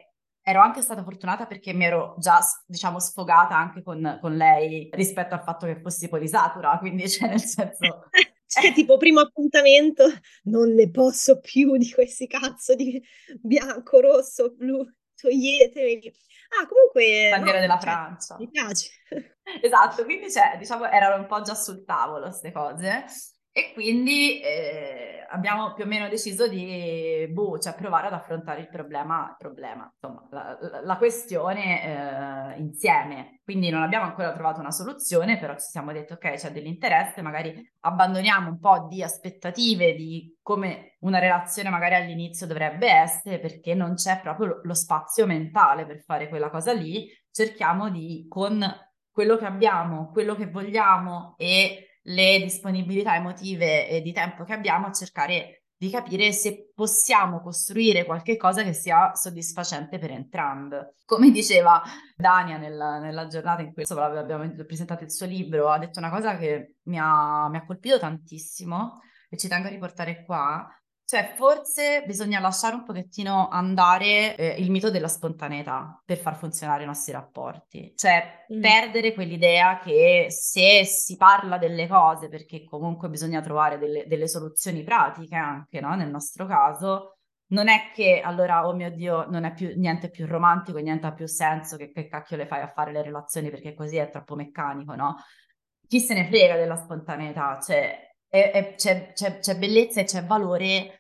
ero anche stata fortunata perché mi ero già, diciamo, sfogata anche con, con lei rispetto al fatto che fossi polisatura, quindi cioè nel senso... Cioè, tipo, primo appuntamento, non ne posso più di questi cazzo di bianco, rosso, blu, toglietemi. Ah, comunque, Bandiera no, della cioè, Francia. mi piace. Esatto, quindi cioè, diciamo erano un po' già sul tavolo queste cose e quindi eh, abbiamo più o meno deciso di boh, cioè, provare ad affrontare il problema, il problema, insomma, la, la- la questione eh, insieme. Quindi non abbiamo ancora trovato una soluzione, però ci siamo detti ok, c'è dell'interesse, magari abbandoniamo un po' di aspettative di come una relazione magari all'inizio dovrebbe essere, perché non c'è proprio lo, lo spazio mentale per fare quella cosa lì. Cerchiamo di, con quello che abbiamo, quello che vogliamo e le disponibilità emotive e di tempo che abbiamo, a cercare di capire se possiamo costruire qualche cosa che sia soddisfacente per entrambe. Come diceva Dania nella, nella giornata in cui insomma, abbiamo presentato il suo libro, ha detto una cosa che mi ha, mi ha colpito tantissimo e ci tengo a riportare qua. Cioè, forse bisogna lasciare un pochettino andare eh, il mito della spontaneità per far funzionare i nostri rapporti. Cioè, Mm. perdere quell'idea che se si parla delle cose, perché comunque bisogna trovare delle, delle soluzioni pratiche anche, no? Nel nostro caso, non è che allora, oh mio Dio, non è più niente più romantico, niente ha più senso, che, che cacchio le fai a fare le relazioni perché così è troppo meccanico, no? Chi se ne frega della spontaneità? Cioè, è- è- c'è, c'è- c'è bellezza e c'è valore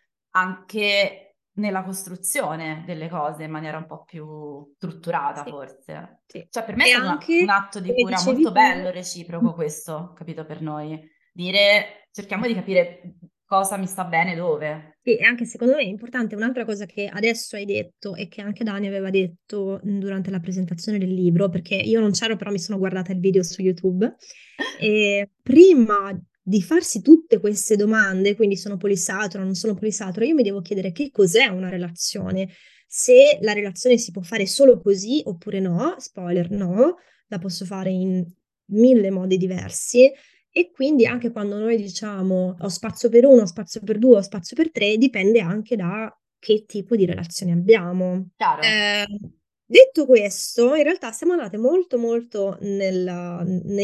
anche nella costruzione delle cose in maniera un po' più strutturata, Sì, forse. sì. Cioè, per me è E stato una- un anche, atto di come cura dicevi molto tu, bello, reciproco questo, capito, per noi. Dire, cerchiamo di capire cosa mi sta bene dove. sì, e anche secondo me è importante un'altra cosa che adesso hai detto e che anche Dani aveva detto mh, durante la presentazione del libro, perché io non c'ero, però mi sono guardata il video su YouTube. E prima di farsi tutte queste domande, quindi sono polisatoro, non sono polisatoro, io mi devo chiedere che cos'è una relazione, se la relazione si può fare solo così oppure no, spoiler no, la posso fare in mille modi diversi. E quindi anche quando noi diciamo ho spazio per uno, ho spazio per due, ho spazio per tre, dipende anche da che tipo di relazione abbiamo. Chiaro? Eh, detto questo, in realtà siamo andate molto molto nella-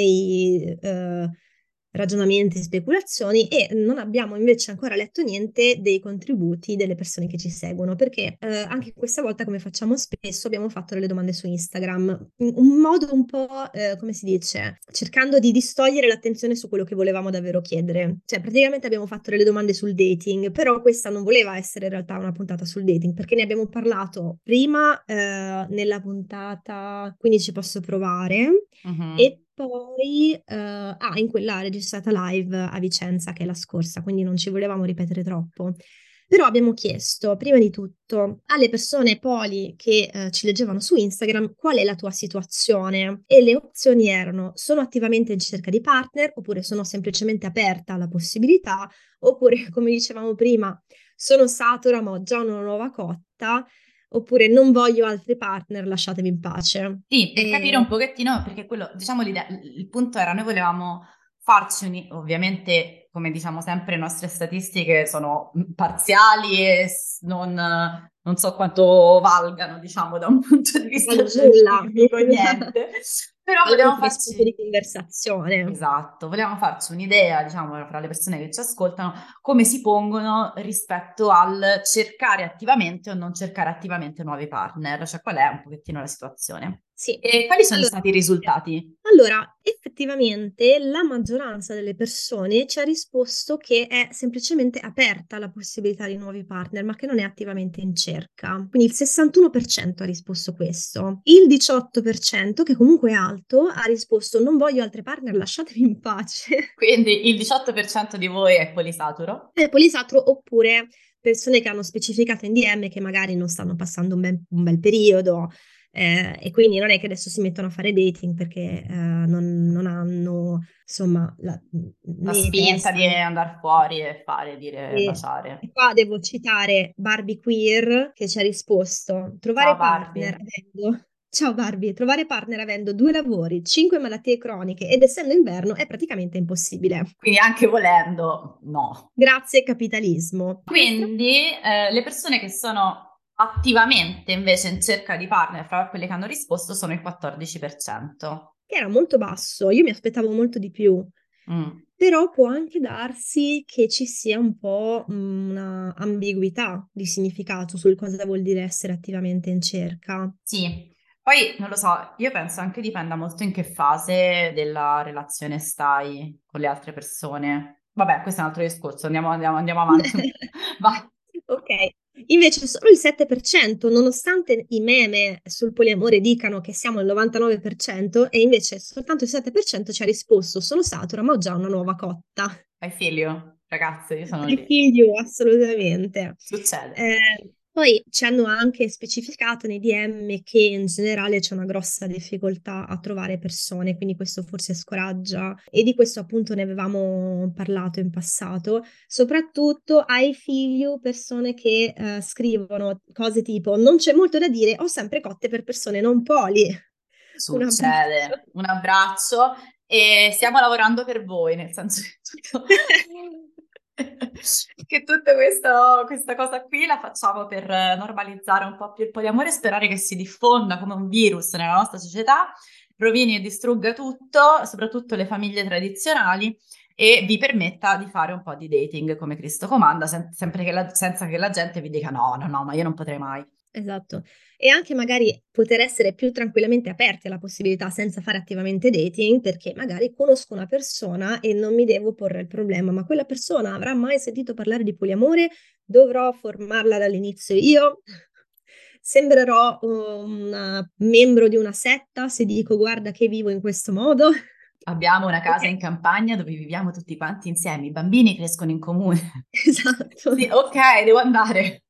nei eh, ragionamenti e speculazioni e non abbiamo invece ancora letto niente dei contributi delle persone che ci seguono, perché eh, anche questa volta, come facciamo spesso, abbiamo fatto delle domande su Instagram, in un modo un po', eh, come si dice, cercando di distogliere l'attenzione su quello che volevamo davvero chiedere. Cioè, praticamente abbiamo fatto delle domande sul dating, però questa non voleva essere in realtà una puntata sul dating, perché ne abbiamo parlato prima eh, nella puntata Quindi ci posso provare. Mhm. E poi, eh, ah, in quella registrata live a Vicenza, che è la scorsa, quindi non ci volevamo ripetere troppo. Però abbiamo chiesto, prima di tutto, alle persone poli che eh, ci leggevano su Instagram qual è la tua situazione. E le opzioni erano: sono attivamente in cerca di partner, oppure sono semplicemente aperta alla possibilità, oppure, come dicevamo prima, sono satura ma ho già una nuova cotta, oppure non voglio altri partner, lasciatemi in pace. Sì, per capire un E pochettino, perché quello, diciamo, l'idea- il punto era, noi volevamo farci, un, ovviamente, come diciamo sempre, le nostre statistiche sono mm, parziali e s- non, non so quanto valgano, diciamo, da un punto di non vista voglio nulla, scientifico, niente, però valgono volevamo come spunto di farci... conversazione. Esatto, volevamo farci un'idea, diciamo, fra le persone che ci ascoltano, come si pongono rispetto al cercare attivamente o non cercare attivamente nuovi partner, cioè qual è un pochettino la situazione. Sì. E quali sono Allora, stati i risultati? allora, effettivamente la maggioranza delle persone ci ha risposto che è semplicemente aperta alla possibilità di nuovi partner, ma che non è attivamente in cerca. Quindi il sessantuno per cento ha risposto questo. Il diciotto per cento, che comunque è alto, ha risposto: non voglio altri partner, lasciatemi in pace. Quindi il diciotto per cento di voi è polisaturo? È polisatro, oppure persone che hanno specificato in D M che magari non stanno passando un, ben- un bel periodo, eh, e quindi non è che adesso si mettono a fare dating perché eh, non, non hanno, insomma, la, La né spinta testa di né... andare fuori e fare, dire, E, baciare. e qua devo citare Barbie Queer che ci ha risposto: Ciao trovare partner Barbie. avendo... Ciao Barbie, trovare partner avendo due lavori, cinque malattie croniche ed essendo inverno è praticamente impossibile. Quindi anche volendo, no. Grazie capitalismo. Dimostra- Quindi eh, le persone che sono attivamente invece in cerca di partner, fra quelli che hanno risposto, sono il quattordici per cento. Che era molto basso, io mi aspettavo molto di più. Mm. Però può anche darsi che ci sia un po' una ambiguità di significato sul cosa vuol dire essere attivamente in cerca. Sì, poi non lo so, io penso anche dipenda molto in che fase della relazione stai con le altre persone. Vabbè, questo è un altro discorso, andiamo, andiamo, andiamo avanti. Vai. Ok, invece solo il sette per cento, nonostante i meme sul poliamore dicano che siamo al novantanove per cento, e invece soltanto il sette per cento ci ha risposto sono satura ma ho già una nuova cotta. Hai figlio? Ragazze, io sono I lì. figli, assolutamente. Succede. Eh, poi ci hanno anche specificato nei D M che in generale c'è una grossa difficoltà a trovare persone, quindi questo forse scoraggia e di questo appunto ne avevamo parlato in passato. Soprattutto ai figli, persone che eh, scrivono cose tipo non c'è molto da dire, ho sempre cotte per persone non poli. Un abbraccio. Succede. Un abbraccio e stiamo lavorando per voi, nel senso che tutto... che tutta questo- questa cosa qui la facciamo per normalizzare un po' più il poliamore e sperare che si diffonda come un virus nella nostra società, rovini e distrugga tutto, soprattutto le famiglie tradizionali, e vi permetta di fare un po' di dating come Cristo comanda, sen- sempre che la- senza che la gente vi dica no, no, no, ma io non potrei mai. Esatto. E anche magari poter essere più tranquillamente aperti alla possibilità senza fare attivamente dating, perché magari conosco una persona e non mi devo porre il problema, ma quella persona avrà mai sentito parlare di poliamore? Dovrò formarla dall'inizio io? Sembrerò un membro di una setta se dico guarda che vivo in questo modo? Abbiamo una Ok, casa in campagna dove viviamo tutti quanti insieme, i bambini crescono in comune. esatto. Sì, ok, devo andare.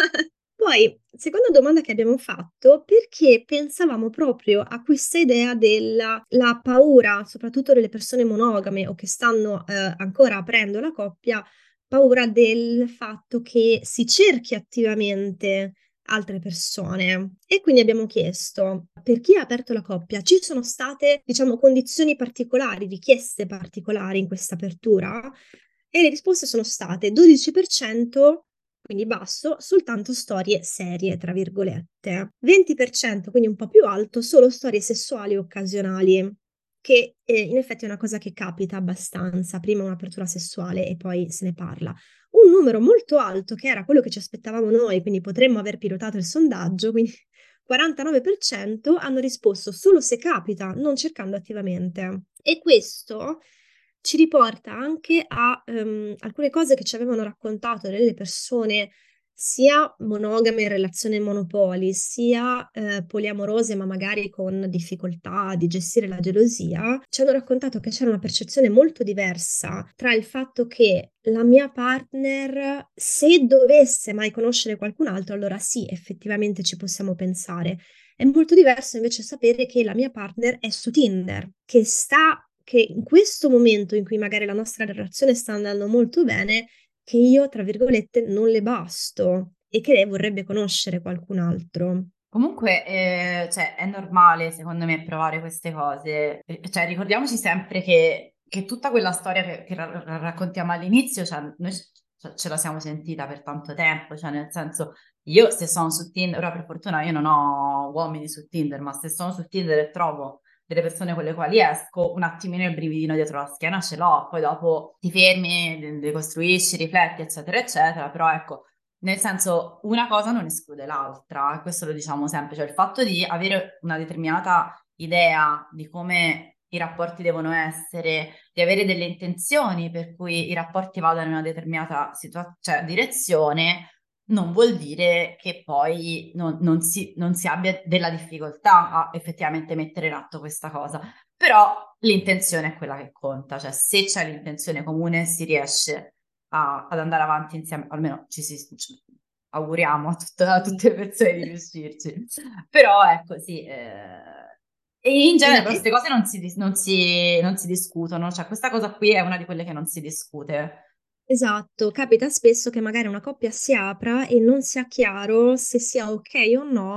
Poi, seconda domanda che abbiamo fatto, perché pensavamo proprio a questa idea della la paura, soprattutto delle persone monogame o che stanno eh, ancora aprendo la coppia, paura del fatto che si cerchi attivamente altre persone. E quindi abbiamo chiesto, per chi ha aperto la coppia, ci sono state, diciamo, condizioni particolari, richieste particolari in questa apertura? E le risposte sono state dodici per cento, quindi basso, soltanto storie serie, tra virgolette. venti per cento, quindi un po' più alto, solo storie sessuali occasionali, che eh, in effetti è una cosa che capita abbastanza, prima un'apertura sessuale e poi se ne parla. Un numero molto alto, che era quello che ci aspettavamo noi, quindi potremmo aver pilotato il sondaggio, quindi quarantanove per cento hanno risposto solo se capita, non cercando attivamente. E questo ci riporta anche a um, alcune cose che ci avevano raccontato delle persone sia monogame in relazione monopoli, sia eh, poliamorose, ma magari con difficoltà di gestire la gelosia, ci hanno raccontato che c'era una percezione molto diversa tra il fatto che la mia partner, se dovesse mai conoscere qualcun altro, allora sì, effettivamente ci possiamo pensare. È molto diverso invece sapere che la mia partner è su Tinder, che sta, che in questo momento in cui magari la nostra relazione sta andando molto bene, che io, tra virgolette, non le basto e che lei vorrebbe conoscere qualcun altro. Comunque, eh, cioè, è normale, secondo me, provare queste cose. Eh, Cioè, ricordiamoci sempre che, che tutta quella storia che, che ra- ra- raccontiamo all'inizio, cioè, noi c- cioè, ce la siamo sentita per tanto tempo, cioè, nel senso, io se sono su Tinder, ora per fortuna io non ho uomini su Tinder, ma se sono su Tinder e trovo delle persone con le quali esco, un attimino il brividino dietro la schiena ce l'ho, poi dopo ti fermi, de- decostruisci, rifletti, eccetera, eccetera, però ecco, nel senso, una cosa non esclude l'altra, e questo lo diciamo sempre, cioè il fatto di avere una determinata idea di come i rapporti devono essere, di avere delle intenzioni per cui i rapporti vadano in una determinata situa- cioè, direzione, non vuol dire che poi non, non si, non si abbia della difficoltà a effettivamente mettere in atto questa cosa. Però l'intenzione è quella che conta, cioè se c'è l'intenzione comune si riesce a- ad andare avanti insieme, almeno ci si ci auguriamo a, tutta- a tutte le persone di riuscirci. Però ecco, sì, eh, e in genere però queste cose non si, dis- non si- non si discutono, cioè questa cosa qui è una di quelle che non si discute. Esatto, capita spesso che magari una coppia si apra e non sia chiaro se sia ok o no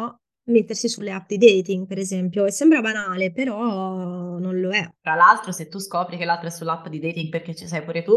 mettersi sulle app di dating, per esempio. E sembra banale, però non lo è. Tra l'altro, se tu scopri che l'altro è sull'app di dating perché ci sei pure tu,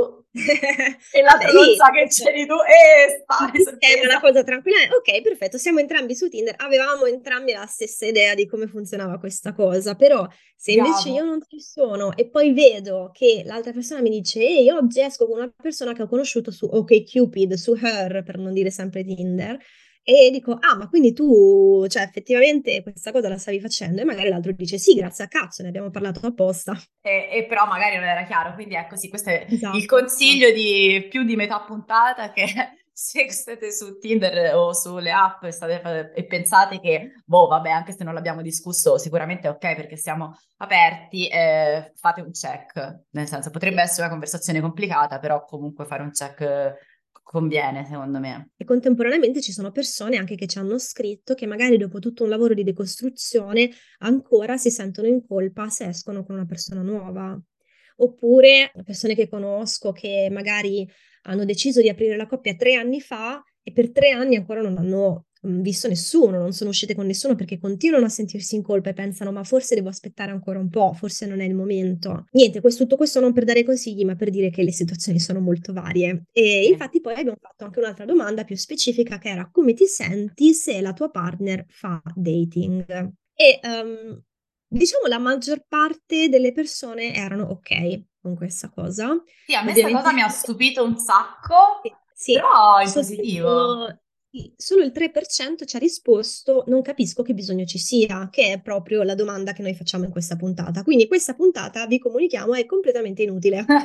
e Vabbè, l'altro non lì sa che c'eri tu, e stai sembra una sorpresa. cosa tranquilla. Ok, perfetto, siamo entrambi su Tinder, avevamo entrambi la stessa idea di come funzionava questa cosa, però se invece io Gabo. non ci sono e poi vedo che l'altra persona mi dice ehi, oggi esco con una persona che ho conosciuto su OkCupid, su Her, per non dire sempre Tinder, e dico, ah, ma quindi tu, cioè, effettivamente questa cosa la stavi facendo? E magari l'altro dice, sì, grazie a cazzo, ne abbiamo parlato apposta. E, e però magari non era chiaro, quindi ecco sì, questo è il Esatto, consiglio di più di metà puntata, che se siete su Tinder o sulle app e, state, e pensate che, boh, vabbè, anche se non l'abbiamo discusso, sicuramente è ok perché siamo aperti, eh, fate un check, nel senso potrebbe essere una conversazione complicata, però comunque fare un check eh, conviene, secondo me. E contemporaneamente ci sono persone anche che ci hanno scritto che magari dopo tutto un lavoro di decostruzione ancora si sentono in colpa se escono con una persona nuova. Oppure persone che conosco che magari hanno deciso di aprire la coppia tre anni fa e per tre anni ancora non hanno mm, visto nessuno, non sono uscite con nessuno perché continuano a sentirsi in colpa e pensano ma forse devo aspettare ancora un po', forse non è il momento. Niente, questo, tutto questo non per dare consigli, ma per dire che le situazioni sono molto varie. E Sì. infatti poi abbiamo fatto anche un'altra domanda più specifica che era come ti senti se la tua partner fa dating? E um, diciamo la maggior parte delle persone erano ok con questa cosa. Sì, a me sta Ovviamente cosa mi ha stupito un sacco, sì, però in positivo. soltanto sì, solo il tre per cento ci ha risposto non capisco che bisogno ci sia, che è proprio la domanda che noi facciamo in questa puntata. Quindi questa puntata, vi comunichiamo, è completamente inutile.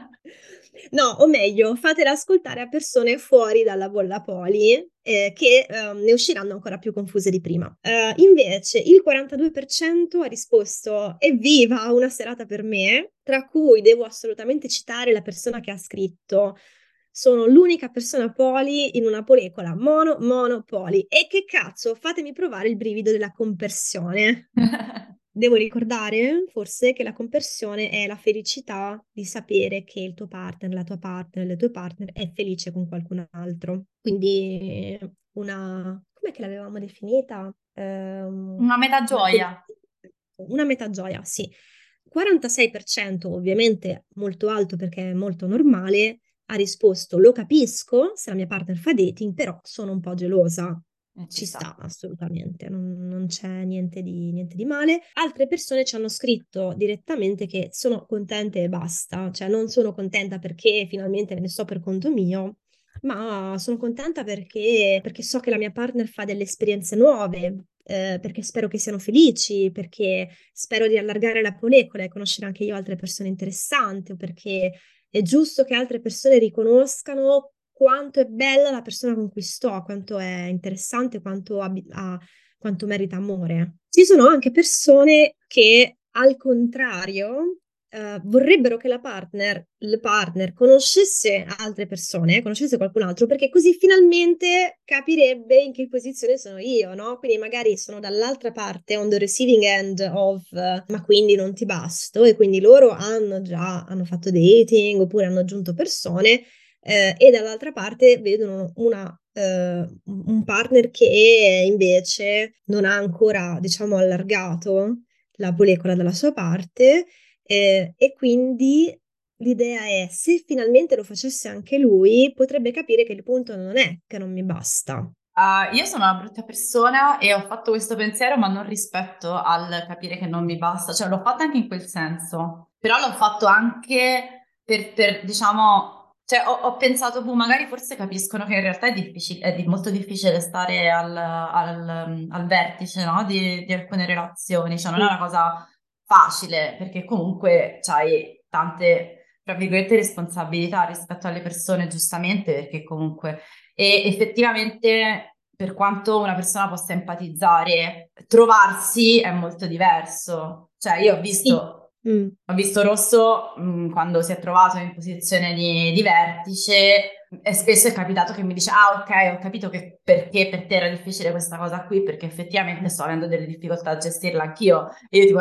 No, o meglio, fatela ascoltare a persone fuori dalla bolla poli eh, che eh, ne usciranno ancora più confuse di prima. Eh, invece il quarantadue per cento ha risposto evviva, una serata per me, tra cui devo assolutamente citare la persona che ha scritto sono l'unica persona poli in una polecola mono, mono, poli. E che cazzo, fatemi provare il brivido della compersione. Devo ricordare forse che la compersione è la felicità di sapere che il tuo partner, la tua partner, le tue partner è felice con qualcun altro. Quindi una, com'è che l'avevamo definita? Ehm, Una metà una gioia. felicità, una metà gioia, sì. quarantasei per cento ovviamente molto alto perché è molto normale, ha risposto lo capisco se la mia partner fa dating, però sono un po' gelosa. Eh, ci Ci sta, sta. assolutamente, non, non c'è niente di, niente di male. Altre persone ci hanno scritto direttamente che sono contente e basta, cioè non sono contenta perché finalmente me ne sto per conto mio, ma sono contenta perché, perché so che la mia partner fa delle esperienze nuove, eh, perché spero che siano felici, perché spero di allargare la polecola e conoscere anche io altre persone interessanti, o perché è giusto che altre persone riconoscano quanto è bella la persona con cui sto, quanto è interessante, quanto, abbi- ha- quanto merita amore. Ci sono anche persone che, al contrario, eh, vorrebbero che la partner, il partner conoscesse altre persone, conoscesse qualcun altro, perché così finalmente capirebbe in che posizione sono io, no? Quindi magari sono dall'altra parte, on the receiving end of, eh, ma quindi non ti basto, e quindi loro hanno già, hanno fatto dating oppure hanno aggiunto persone eh, e dall'altra parte vedono una, eh, un partner che invece non ha ancora, diciamo, allargato la molecola dalla sua parte eh, e quindi l'idea è se finalmente lo facesse anche lui, potrebbe capire che il punto non è che non mi basta. Uh, io sono una brutta persona e ho fatto questo pensiero, ma non rispetto al capire che non mi basta, cioè l'ho fatto anche in quel senso, però l'ho fatto anche per, per, diciamo, cioè ho, ho pensato, boh, magari forse capiscono che in realtà è difficile, è di- molto difficile stare al, al- al vertice, no? Di, di alcune relazioni, cioè non è Mm. una cosa facile, perché comunque c'hai tante, tra virgolette, responsabilità rispetto alle persone, giustamente, perché comunque e effettivamente, per quanto una persona possa empatizzare, trovarsi è molto diverso. Cioè, io ho Sì. visto, Mm. ho visto Rosso mh, quando si è trovato in posizione di, di vertice e spesso è capitato che mi dice, ah, ok, ho capito che perché per te era difficile questa cosa qui, perché effettivamente sto avendo delle difficoltà a gestirla anch'io. E io tipo...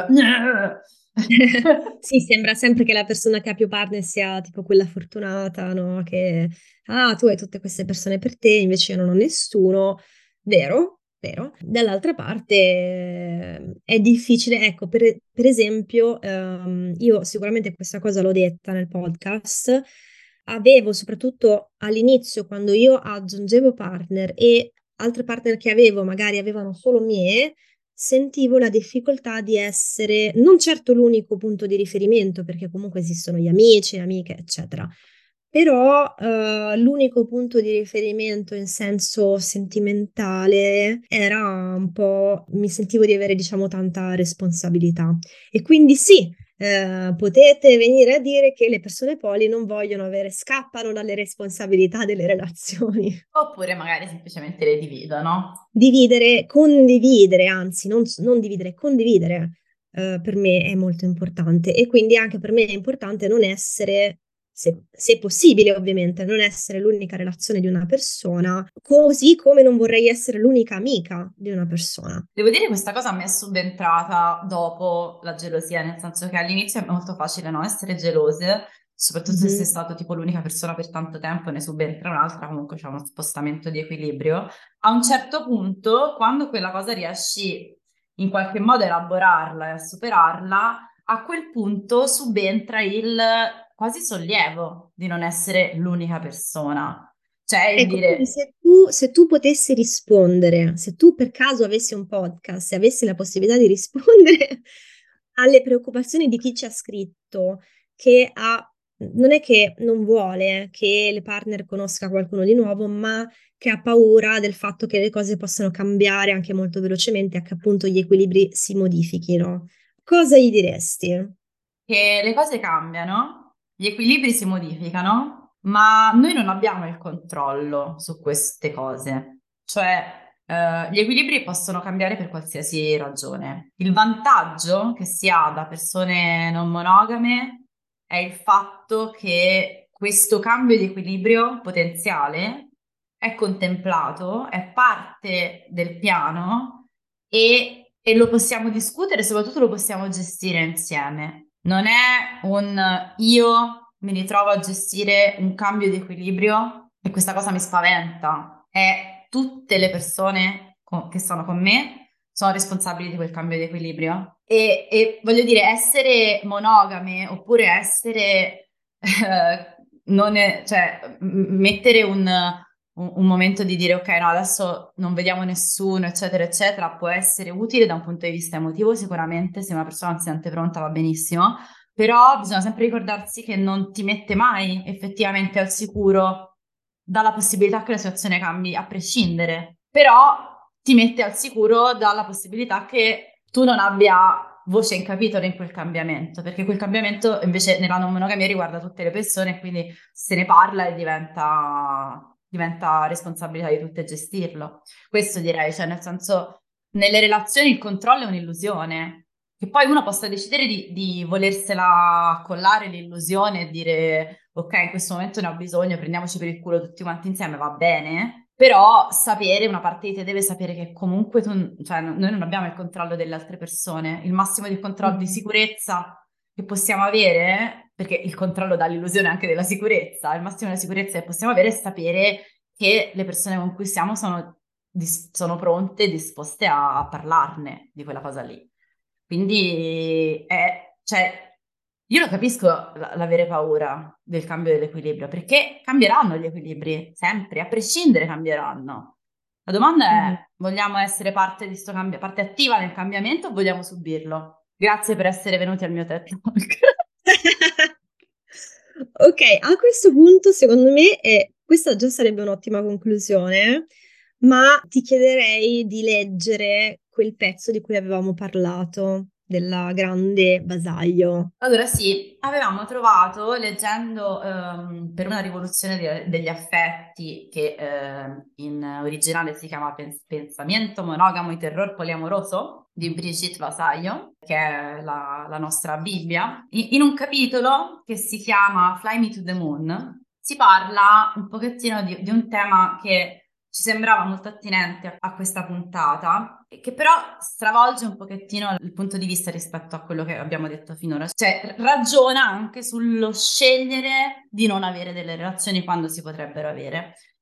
Sì, sembra sempre che la persona che ha più partner sia tipo quella fortunata, no? Che ah, tu hai tutte queste persone per te, invece io non ho nessuno. Vero? vero? Dall'altra parte eh, è difficile, ecco, per, per esempio, ehm, io sicuramente questa cosa l'ho detta nel podcast, avevo soprattutto all'inizio, quando io aggiungevo partner e altre partner che avevo magari avevano solo me, sentivo la difficoltà di essere non certo l'unico punto di riferimento, perché comunque esistono gli amici, le amiche, eccetera. Però eh, l'unico punto di riferimento in senso sentimentale era un po', mi sentivo di avere, diciamo, tanta responsabilità. E quindi sì, eh, potete venire a dire che le persone poli non vogliono avere, scappano dalle responsabilità delle relazioni. Oppure magari semplicemente le dividono. Dividere, condividere, anzi, non, non dividere, condividere, eh, per me è molto importante. E quindi anche per me è importante non essere, se, se possibile ovviamente, non essere l'unica relazione di una persona, così come non vorrei essere l'unica amica di una persona. Devo dire, questa cosa mi è subentrata dopo la gelosia, nel senso che all'inizio è molto facile, no, essere gelose, soprattutto se Mhm. sei stato tipo l'unica persona per tanto tempo e ne subentra un'altra, comunque c'è uno spostamento di equilibrio. A un certo punto, quando quella cosa riesci in qualche modo a elaborarla e a superarla, a quel punto subentra il quasi sollievo di non essere l'unica persona. Cioè il Ecco, quindi dire, se tu, se tu potessi rispondere, se tu per caso avessi un podcast e avessi la possibilità di rispondere alle preoccupazioni di chi ci ha scritto, che ha, non è che non vuole che le partner conosca qualcuno di nuovo, ma che ha paura del fatto che le cose possano cambiare anche molto velocemente e che appunto gli equilibri si modifichino, cosa gli diresti? che le cose cambiano, gli equilibri si modificano, ma noi non abbiamo il controllo su queste cose. Cioè, eh, gli equilibri possono cambiare per qualsiasi ragione. Il vantaggio che si ha da persone non monogame è il fatto che questo cambio di equilibrio potenziale è contemplato, è parte del piano e, e lo possiamo discutere, soprattutto lo possiamo gestire insieme. Non è un io mi ritrovo a gestire un cambio di equilibrio e questa cosa mi spaventa. È tutte le persone co- che sono con me sono responsabili di quel cambio di equilibrio. E, e voglio dire, essere monogame oppure essere, eh, non è- cioè, m- mettere un, un, un momento di dire ok, no, adesso non vediamo nessuno, eccetera, eccetera, può essere utile da un punto di vista emotivo, sicuramente, se una persona non si sente pronta va benissimo, però bisogna sempre ricordarsi che non ti mette mai effettivamente al sicuro dalla possibilità che la situazione cambi a prescindere, però ti mette al sicuro dalla possibilità che tu non abbia voce in capitolo in quel cambiamento, perché quel cambiamento invece nella non monogamia riguarda tutte le persone, quindi se ne parla e diventa, diventa responsabilità di tutte gestirlo. Questo direi, cioè nel senso, nelle relazioni il controllo è un'illusione, che poi uno possa decidere di, di volersela collare l'illusione e dire ok, in questo momento ne ho bisogno, prendiamoci per il culo tutti quanti insieme, va bene, però sapere, una parte di te deve sapere che comunque tu, cioè, no- noi non abbiamo il controllo delle altre persone, il massimo di controllo di Mhm. sicurezza che possiamo avere, perché il controllo dà l'illusione anche della sicurezza, il massimo della sicurezza che possiamo avere è sapere che le persone con cui siamo sono, dis- sono pronte, disposte a, a parlarne di quella cosa lì. Quindi è, cioè, io lo capisco l- l'avere paura del cambio dell'equilibrio, perché cambieranno gli equilibri, sempre, a prescindere cambieranno. La domanda Mhm. è, vogliamo essere parte di sto cambio, parte attiva nel cambiamento o vogliamo subirlo? Grazie per essere venuti al mio TED Talk. Ok, a questo punto secondo me eh, questa già sarebbe un'ottima conclusione, ma ti chiederei di leggere quel pezzo di cui avevamo parlato, della grande Basaglio. Allora sì, avevamo trovato, leggendo ehm, Per una rivoluzione de- degli affetti, che ehm, in originale si chiama Pens- Pensamento monogamo e terror poliamoroso, di Brigitte Vasaglio, che è la, la nostra Bibbia, in, in un capitolo che si chiama Fly Me to the Moon, si parla un pochettino di, di un tema che ci sembrava molto attinente a, a questa puntata, e che però stravolge un pochettino il punto di vista rispetto a quello che abbiamo detto finora. Cioè, ragiona anche sullo scegliere di non avere delle relazioni quando si potrebbero avere.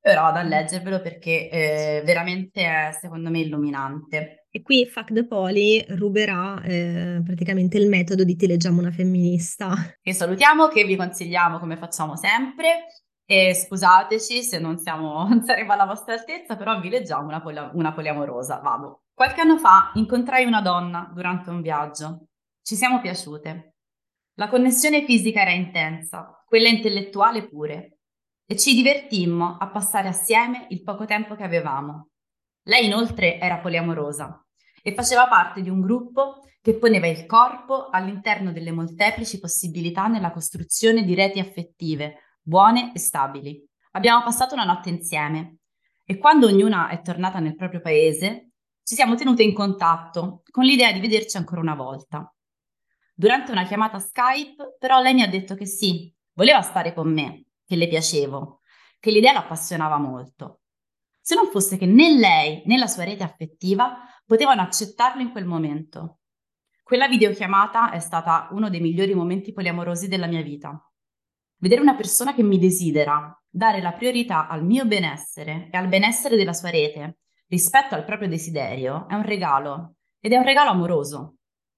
Ora vado a leggervelo perché eh, veramente è secondo me illuminante. E qui Fuck the Poli ruberà eh, praticamente il metodo di Ti leggiamo una femminista. Che salutiamo, che vi consigliamo come facciamo sempre. E scusateci se non siamo, non saremo alla vostra altezza, però vi leggiamo una, polia- una poliamorosa. Vado. Qualche anno fa incontrai una donna durante un viaggio. Ci siamo piaciute. La connessione fisica era intensa, quella intellettuale pure, e ci divertimmo a passare assieme il poco tempo che avevamo. Lei inoltre era poliamorosa e faceva parte di un gruppo che poneva il corpo all'interno delle molteplici possibilità nella costruzione di reti affettive buone e stabili. Abbiamo passato una notte insieme e quando ognuna è tornata nel proprio paese, ci siamo tenute in contatto con l'idea di vederci ancora una volta. Durante una chiamata Skype, però, lei mi ha detto che sì, voleva stare con me, che le piacevo, che l'idea l'appassionava molto. Se non fosse che né lei né la sua rete affettiva potevano accettarlo in quel momento. Quella videochiamata è stata uno dei migliori momenti poliamorosi della mia vita. Vedere una persona che mi desidera, dare la priorità al mio benessere e al benessere della sua rete rispetto al proprio desiderio è un regalo, ed è un regalo amoroso.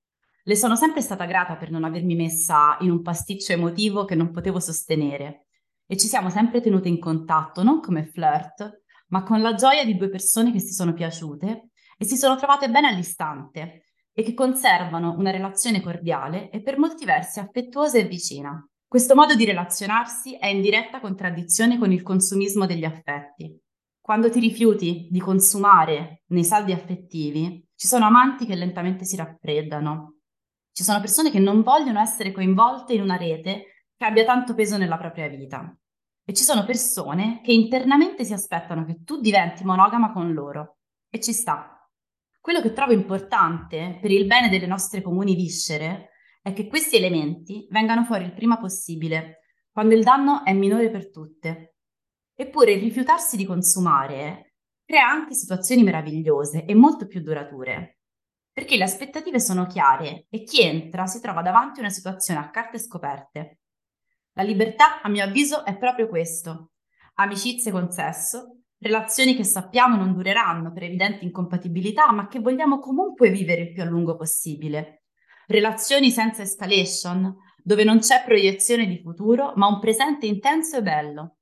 Le sono sempre stata grata per non avermi messa in un pasticcio emotivo che non potevo sostenere e ci siamo sempre tenute in contatto, non come flirt, ma con la gioia di due persone che si sono piaciute e si sono trovate bene all'istante e che conservano una relazione cordiale e per molti versi affettuosa e vicina. Questo modo di relazionarsi è in diretta contraddizione con il consumismo degli affetti. Quando ti rifiuti di consumare nei saldi affettivi, ci sono amanti che lentamente si raffreddano. Ci sono persone che non vogliono essere coinvolte in una rete che abbia tanto peso nella propria vita. E ci sono persone che internamente si aspettano che tu diventi monogama con loro. E ci sta. Quello che trovo importante per il bene delle nostre comuni viscere è che questi elementi vengano fuori il prima possibile, quando il danno è minore per tutte. Eppure il rifiutarsi di consumare crea anche situazioni meravigliose e molto più durature, perché le aspettative sono chiare e chi entra si trova davanti a una situazione a carte scoperte. La libertà, a mio avviso, è proprio questo: amicizie con sesso, relazioni che sappiamo non dureranno per evidenti incompatibilità, ma che vogliamo comunque vivere il più a lungo possibile. Relazioni senza escalation, dove non c'è proiezione di futuro, ma un presente intenso e bello.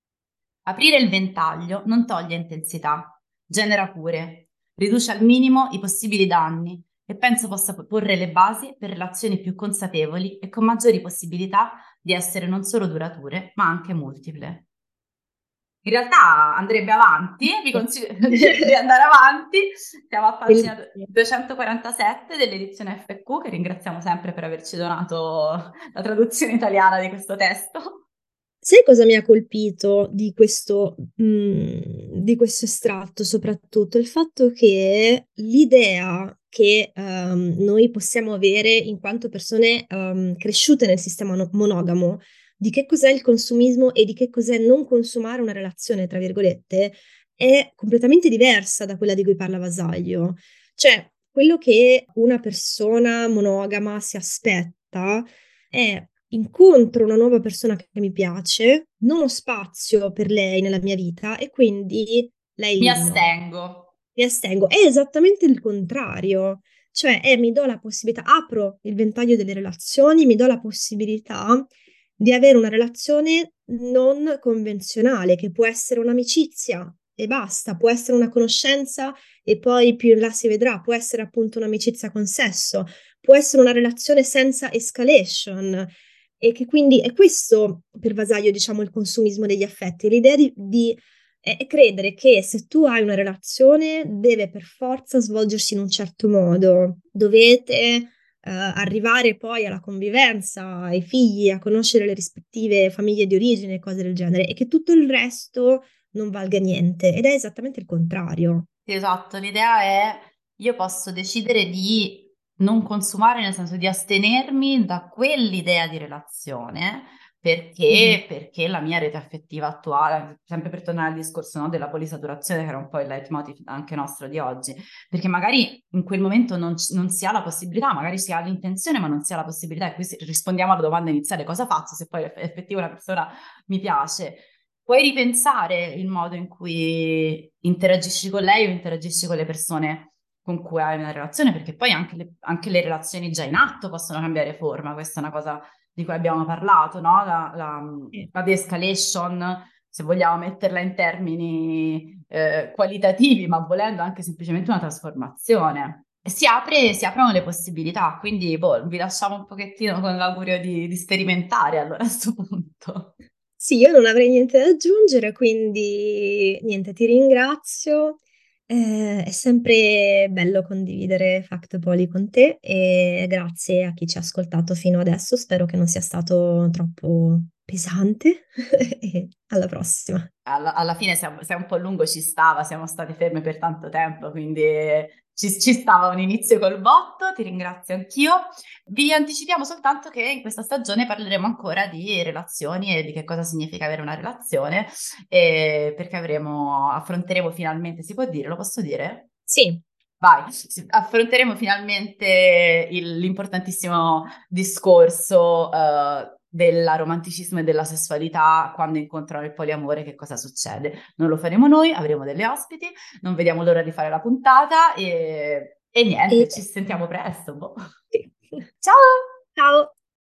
Aprire il ventaglio non toglie intensità, genera pure, riduce al minimo i possibili danni e penso possa porre le basi per relazioni più consapevoli e con maggiori possibilità di essere non solo durature, ma anche multiple. In realtà andrebbe avanti, vi consiglio di andare avanti, siamo a pagina duecentoquarantasette dell'edizione F Q, che ringraziamo sempre per averci donato la traduzione italiana di questo testo. Sai cosa mi ha colpito di questo, mm, di questo estratto? Soprattutto il fatto che l'idea che ehm, noi possiamo avere in quanto persone ehm, cresciute nel sistema no- monogamo, di che cos'è il consumismo e di che cos'è non consumare una relazione, tra virgolette, è completamente diversa da quella di cui parla Vasaglio. Cioè, quello che una persona monogama si aspetta è: incontro una nuova persona che mi piace, non ho spazio per lei nella mia vita e quindi la Mi elimino. astengo. Mi astengo. È esattamente il contrario. Cioè, eh, mi do la possibilità, apro il ventaglio delle relazioni, mi do la possibilità di avere una relazione non convenzionale, che può essere un'amicizia e basta, può essere una conoscenza e poi più in là si vedrà, può essere appunto un'amicizia con sesso, può essere una relazione senza escalation. E che quindi è questo per Vasaglio, diciamo, il consumismo degli affetti, l'idea di, di è credere che se tu hai una relazione deve per forza svolgersi in un certo modo, dovete eh, arrivare poi alla convivenza, ai figli, a conoscere le rispettive famiglie di origine e cose del genere, e che tutto il resto non valga niente, ed è esattamente il contrario. Sì, esatto, l'idea è io posso decidere di non consumare, nel senso di astenermi da quell'idea di relazione, perché, Mhm. perché la mia rete affettiva attuale, sempre per tornare al discorso, no, della polisaturazione, che era un po' il leitmotiv anche nostro di oggi, perché magari in quel momento non, c- non si ha la possibilità, magari si ha l'intenzione, ma non si ha la possibilità, e qui si- rispondiamo alla domanda iniziale: cosa faccio se poi eff- effettivamente una persona mi piace? puoi ripensare il modo in cui interagisci con lei o interagisci con le persone con cui hai una relazione, perché poi anche le, anche le relazioni già in atto possono cambiare forma. Questa è una cosa di cui abbiamo parlato, no? La, la, la de-escalation, se vogliamo metterla in termini eh, qualitativi, ma volendo anche semplicemente una trasformazione. Si apre, si aprono le possibilità, quindi boh, vi lasciamo un pochettino con l'augurio di, di sperimentare allora a questo punto. Sì, io non avrei niente da aggiungere, quindi niente, ti ringrazio. Eh, è sempre bello condividere Fact Poly con te e grazie a chi ci ha ascoltato fino adesso. Spero che non sia stato troppo pesante e alla prossima. Alla, alla fine, se, se è un po' lungo, ci stava, siamo stati fermi per tanto tempo, quindi ci, ci stava un inizio col botto. Ti ringrazio anch'io. Vi anticipiamo soltanto che in questa stagione parleremo ancora di relazioni e di che cosa significa avere una relazione, eh, perché avremo, affronteremo finalmente, si può dire, lo posso dire? Sì, Vai, affronteremo finalmente il- l'importantissimo discorso eh, dell'aromanticismo e della sessualità quando incontrano il poliamore, che cosa succede. Non lo faremo noi, avremo delle ospiti, non vediamo l'ora di fare la puntata e, e niente, e... ci sentiamo presto. Boh. sì. Ciao! Ciao!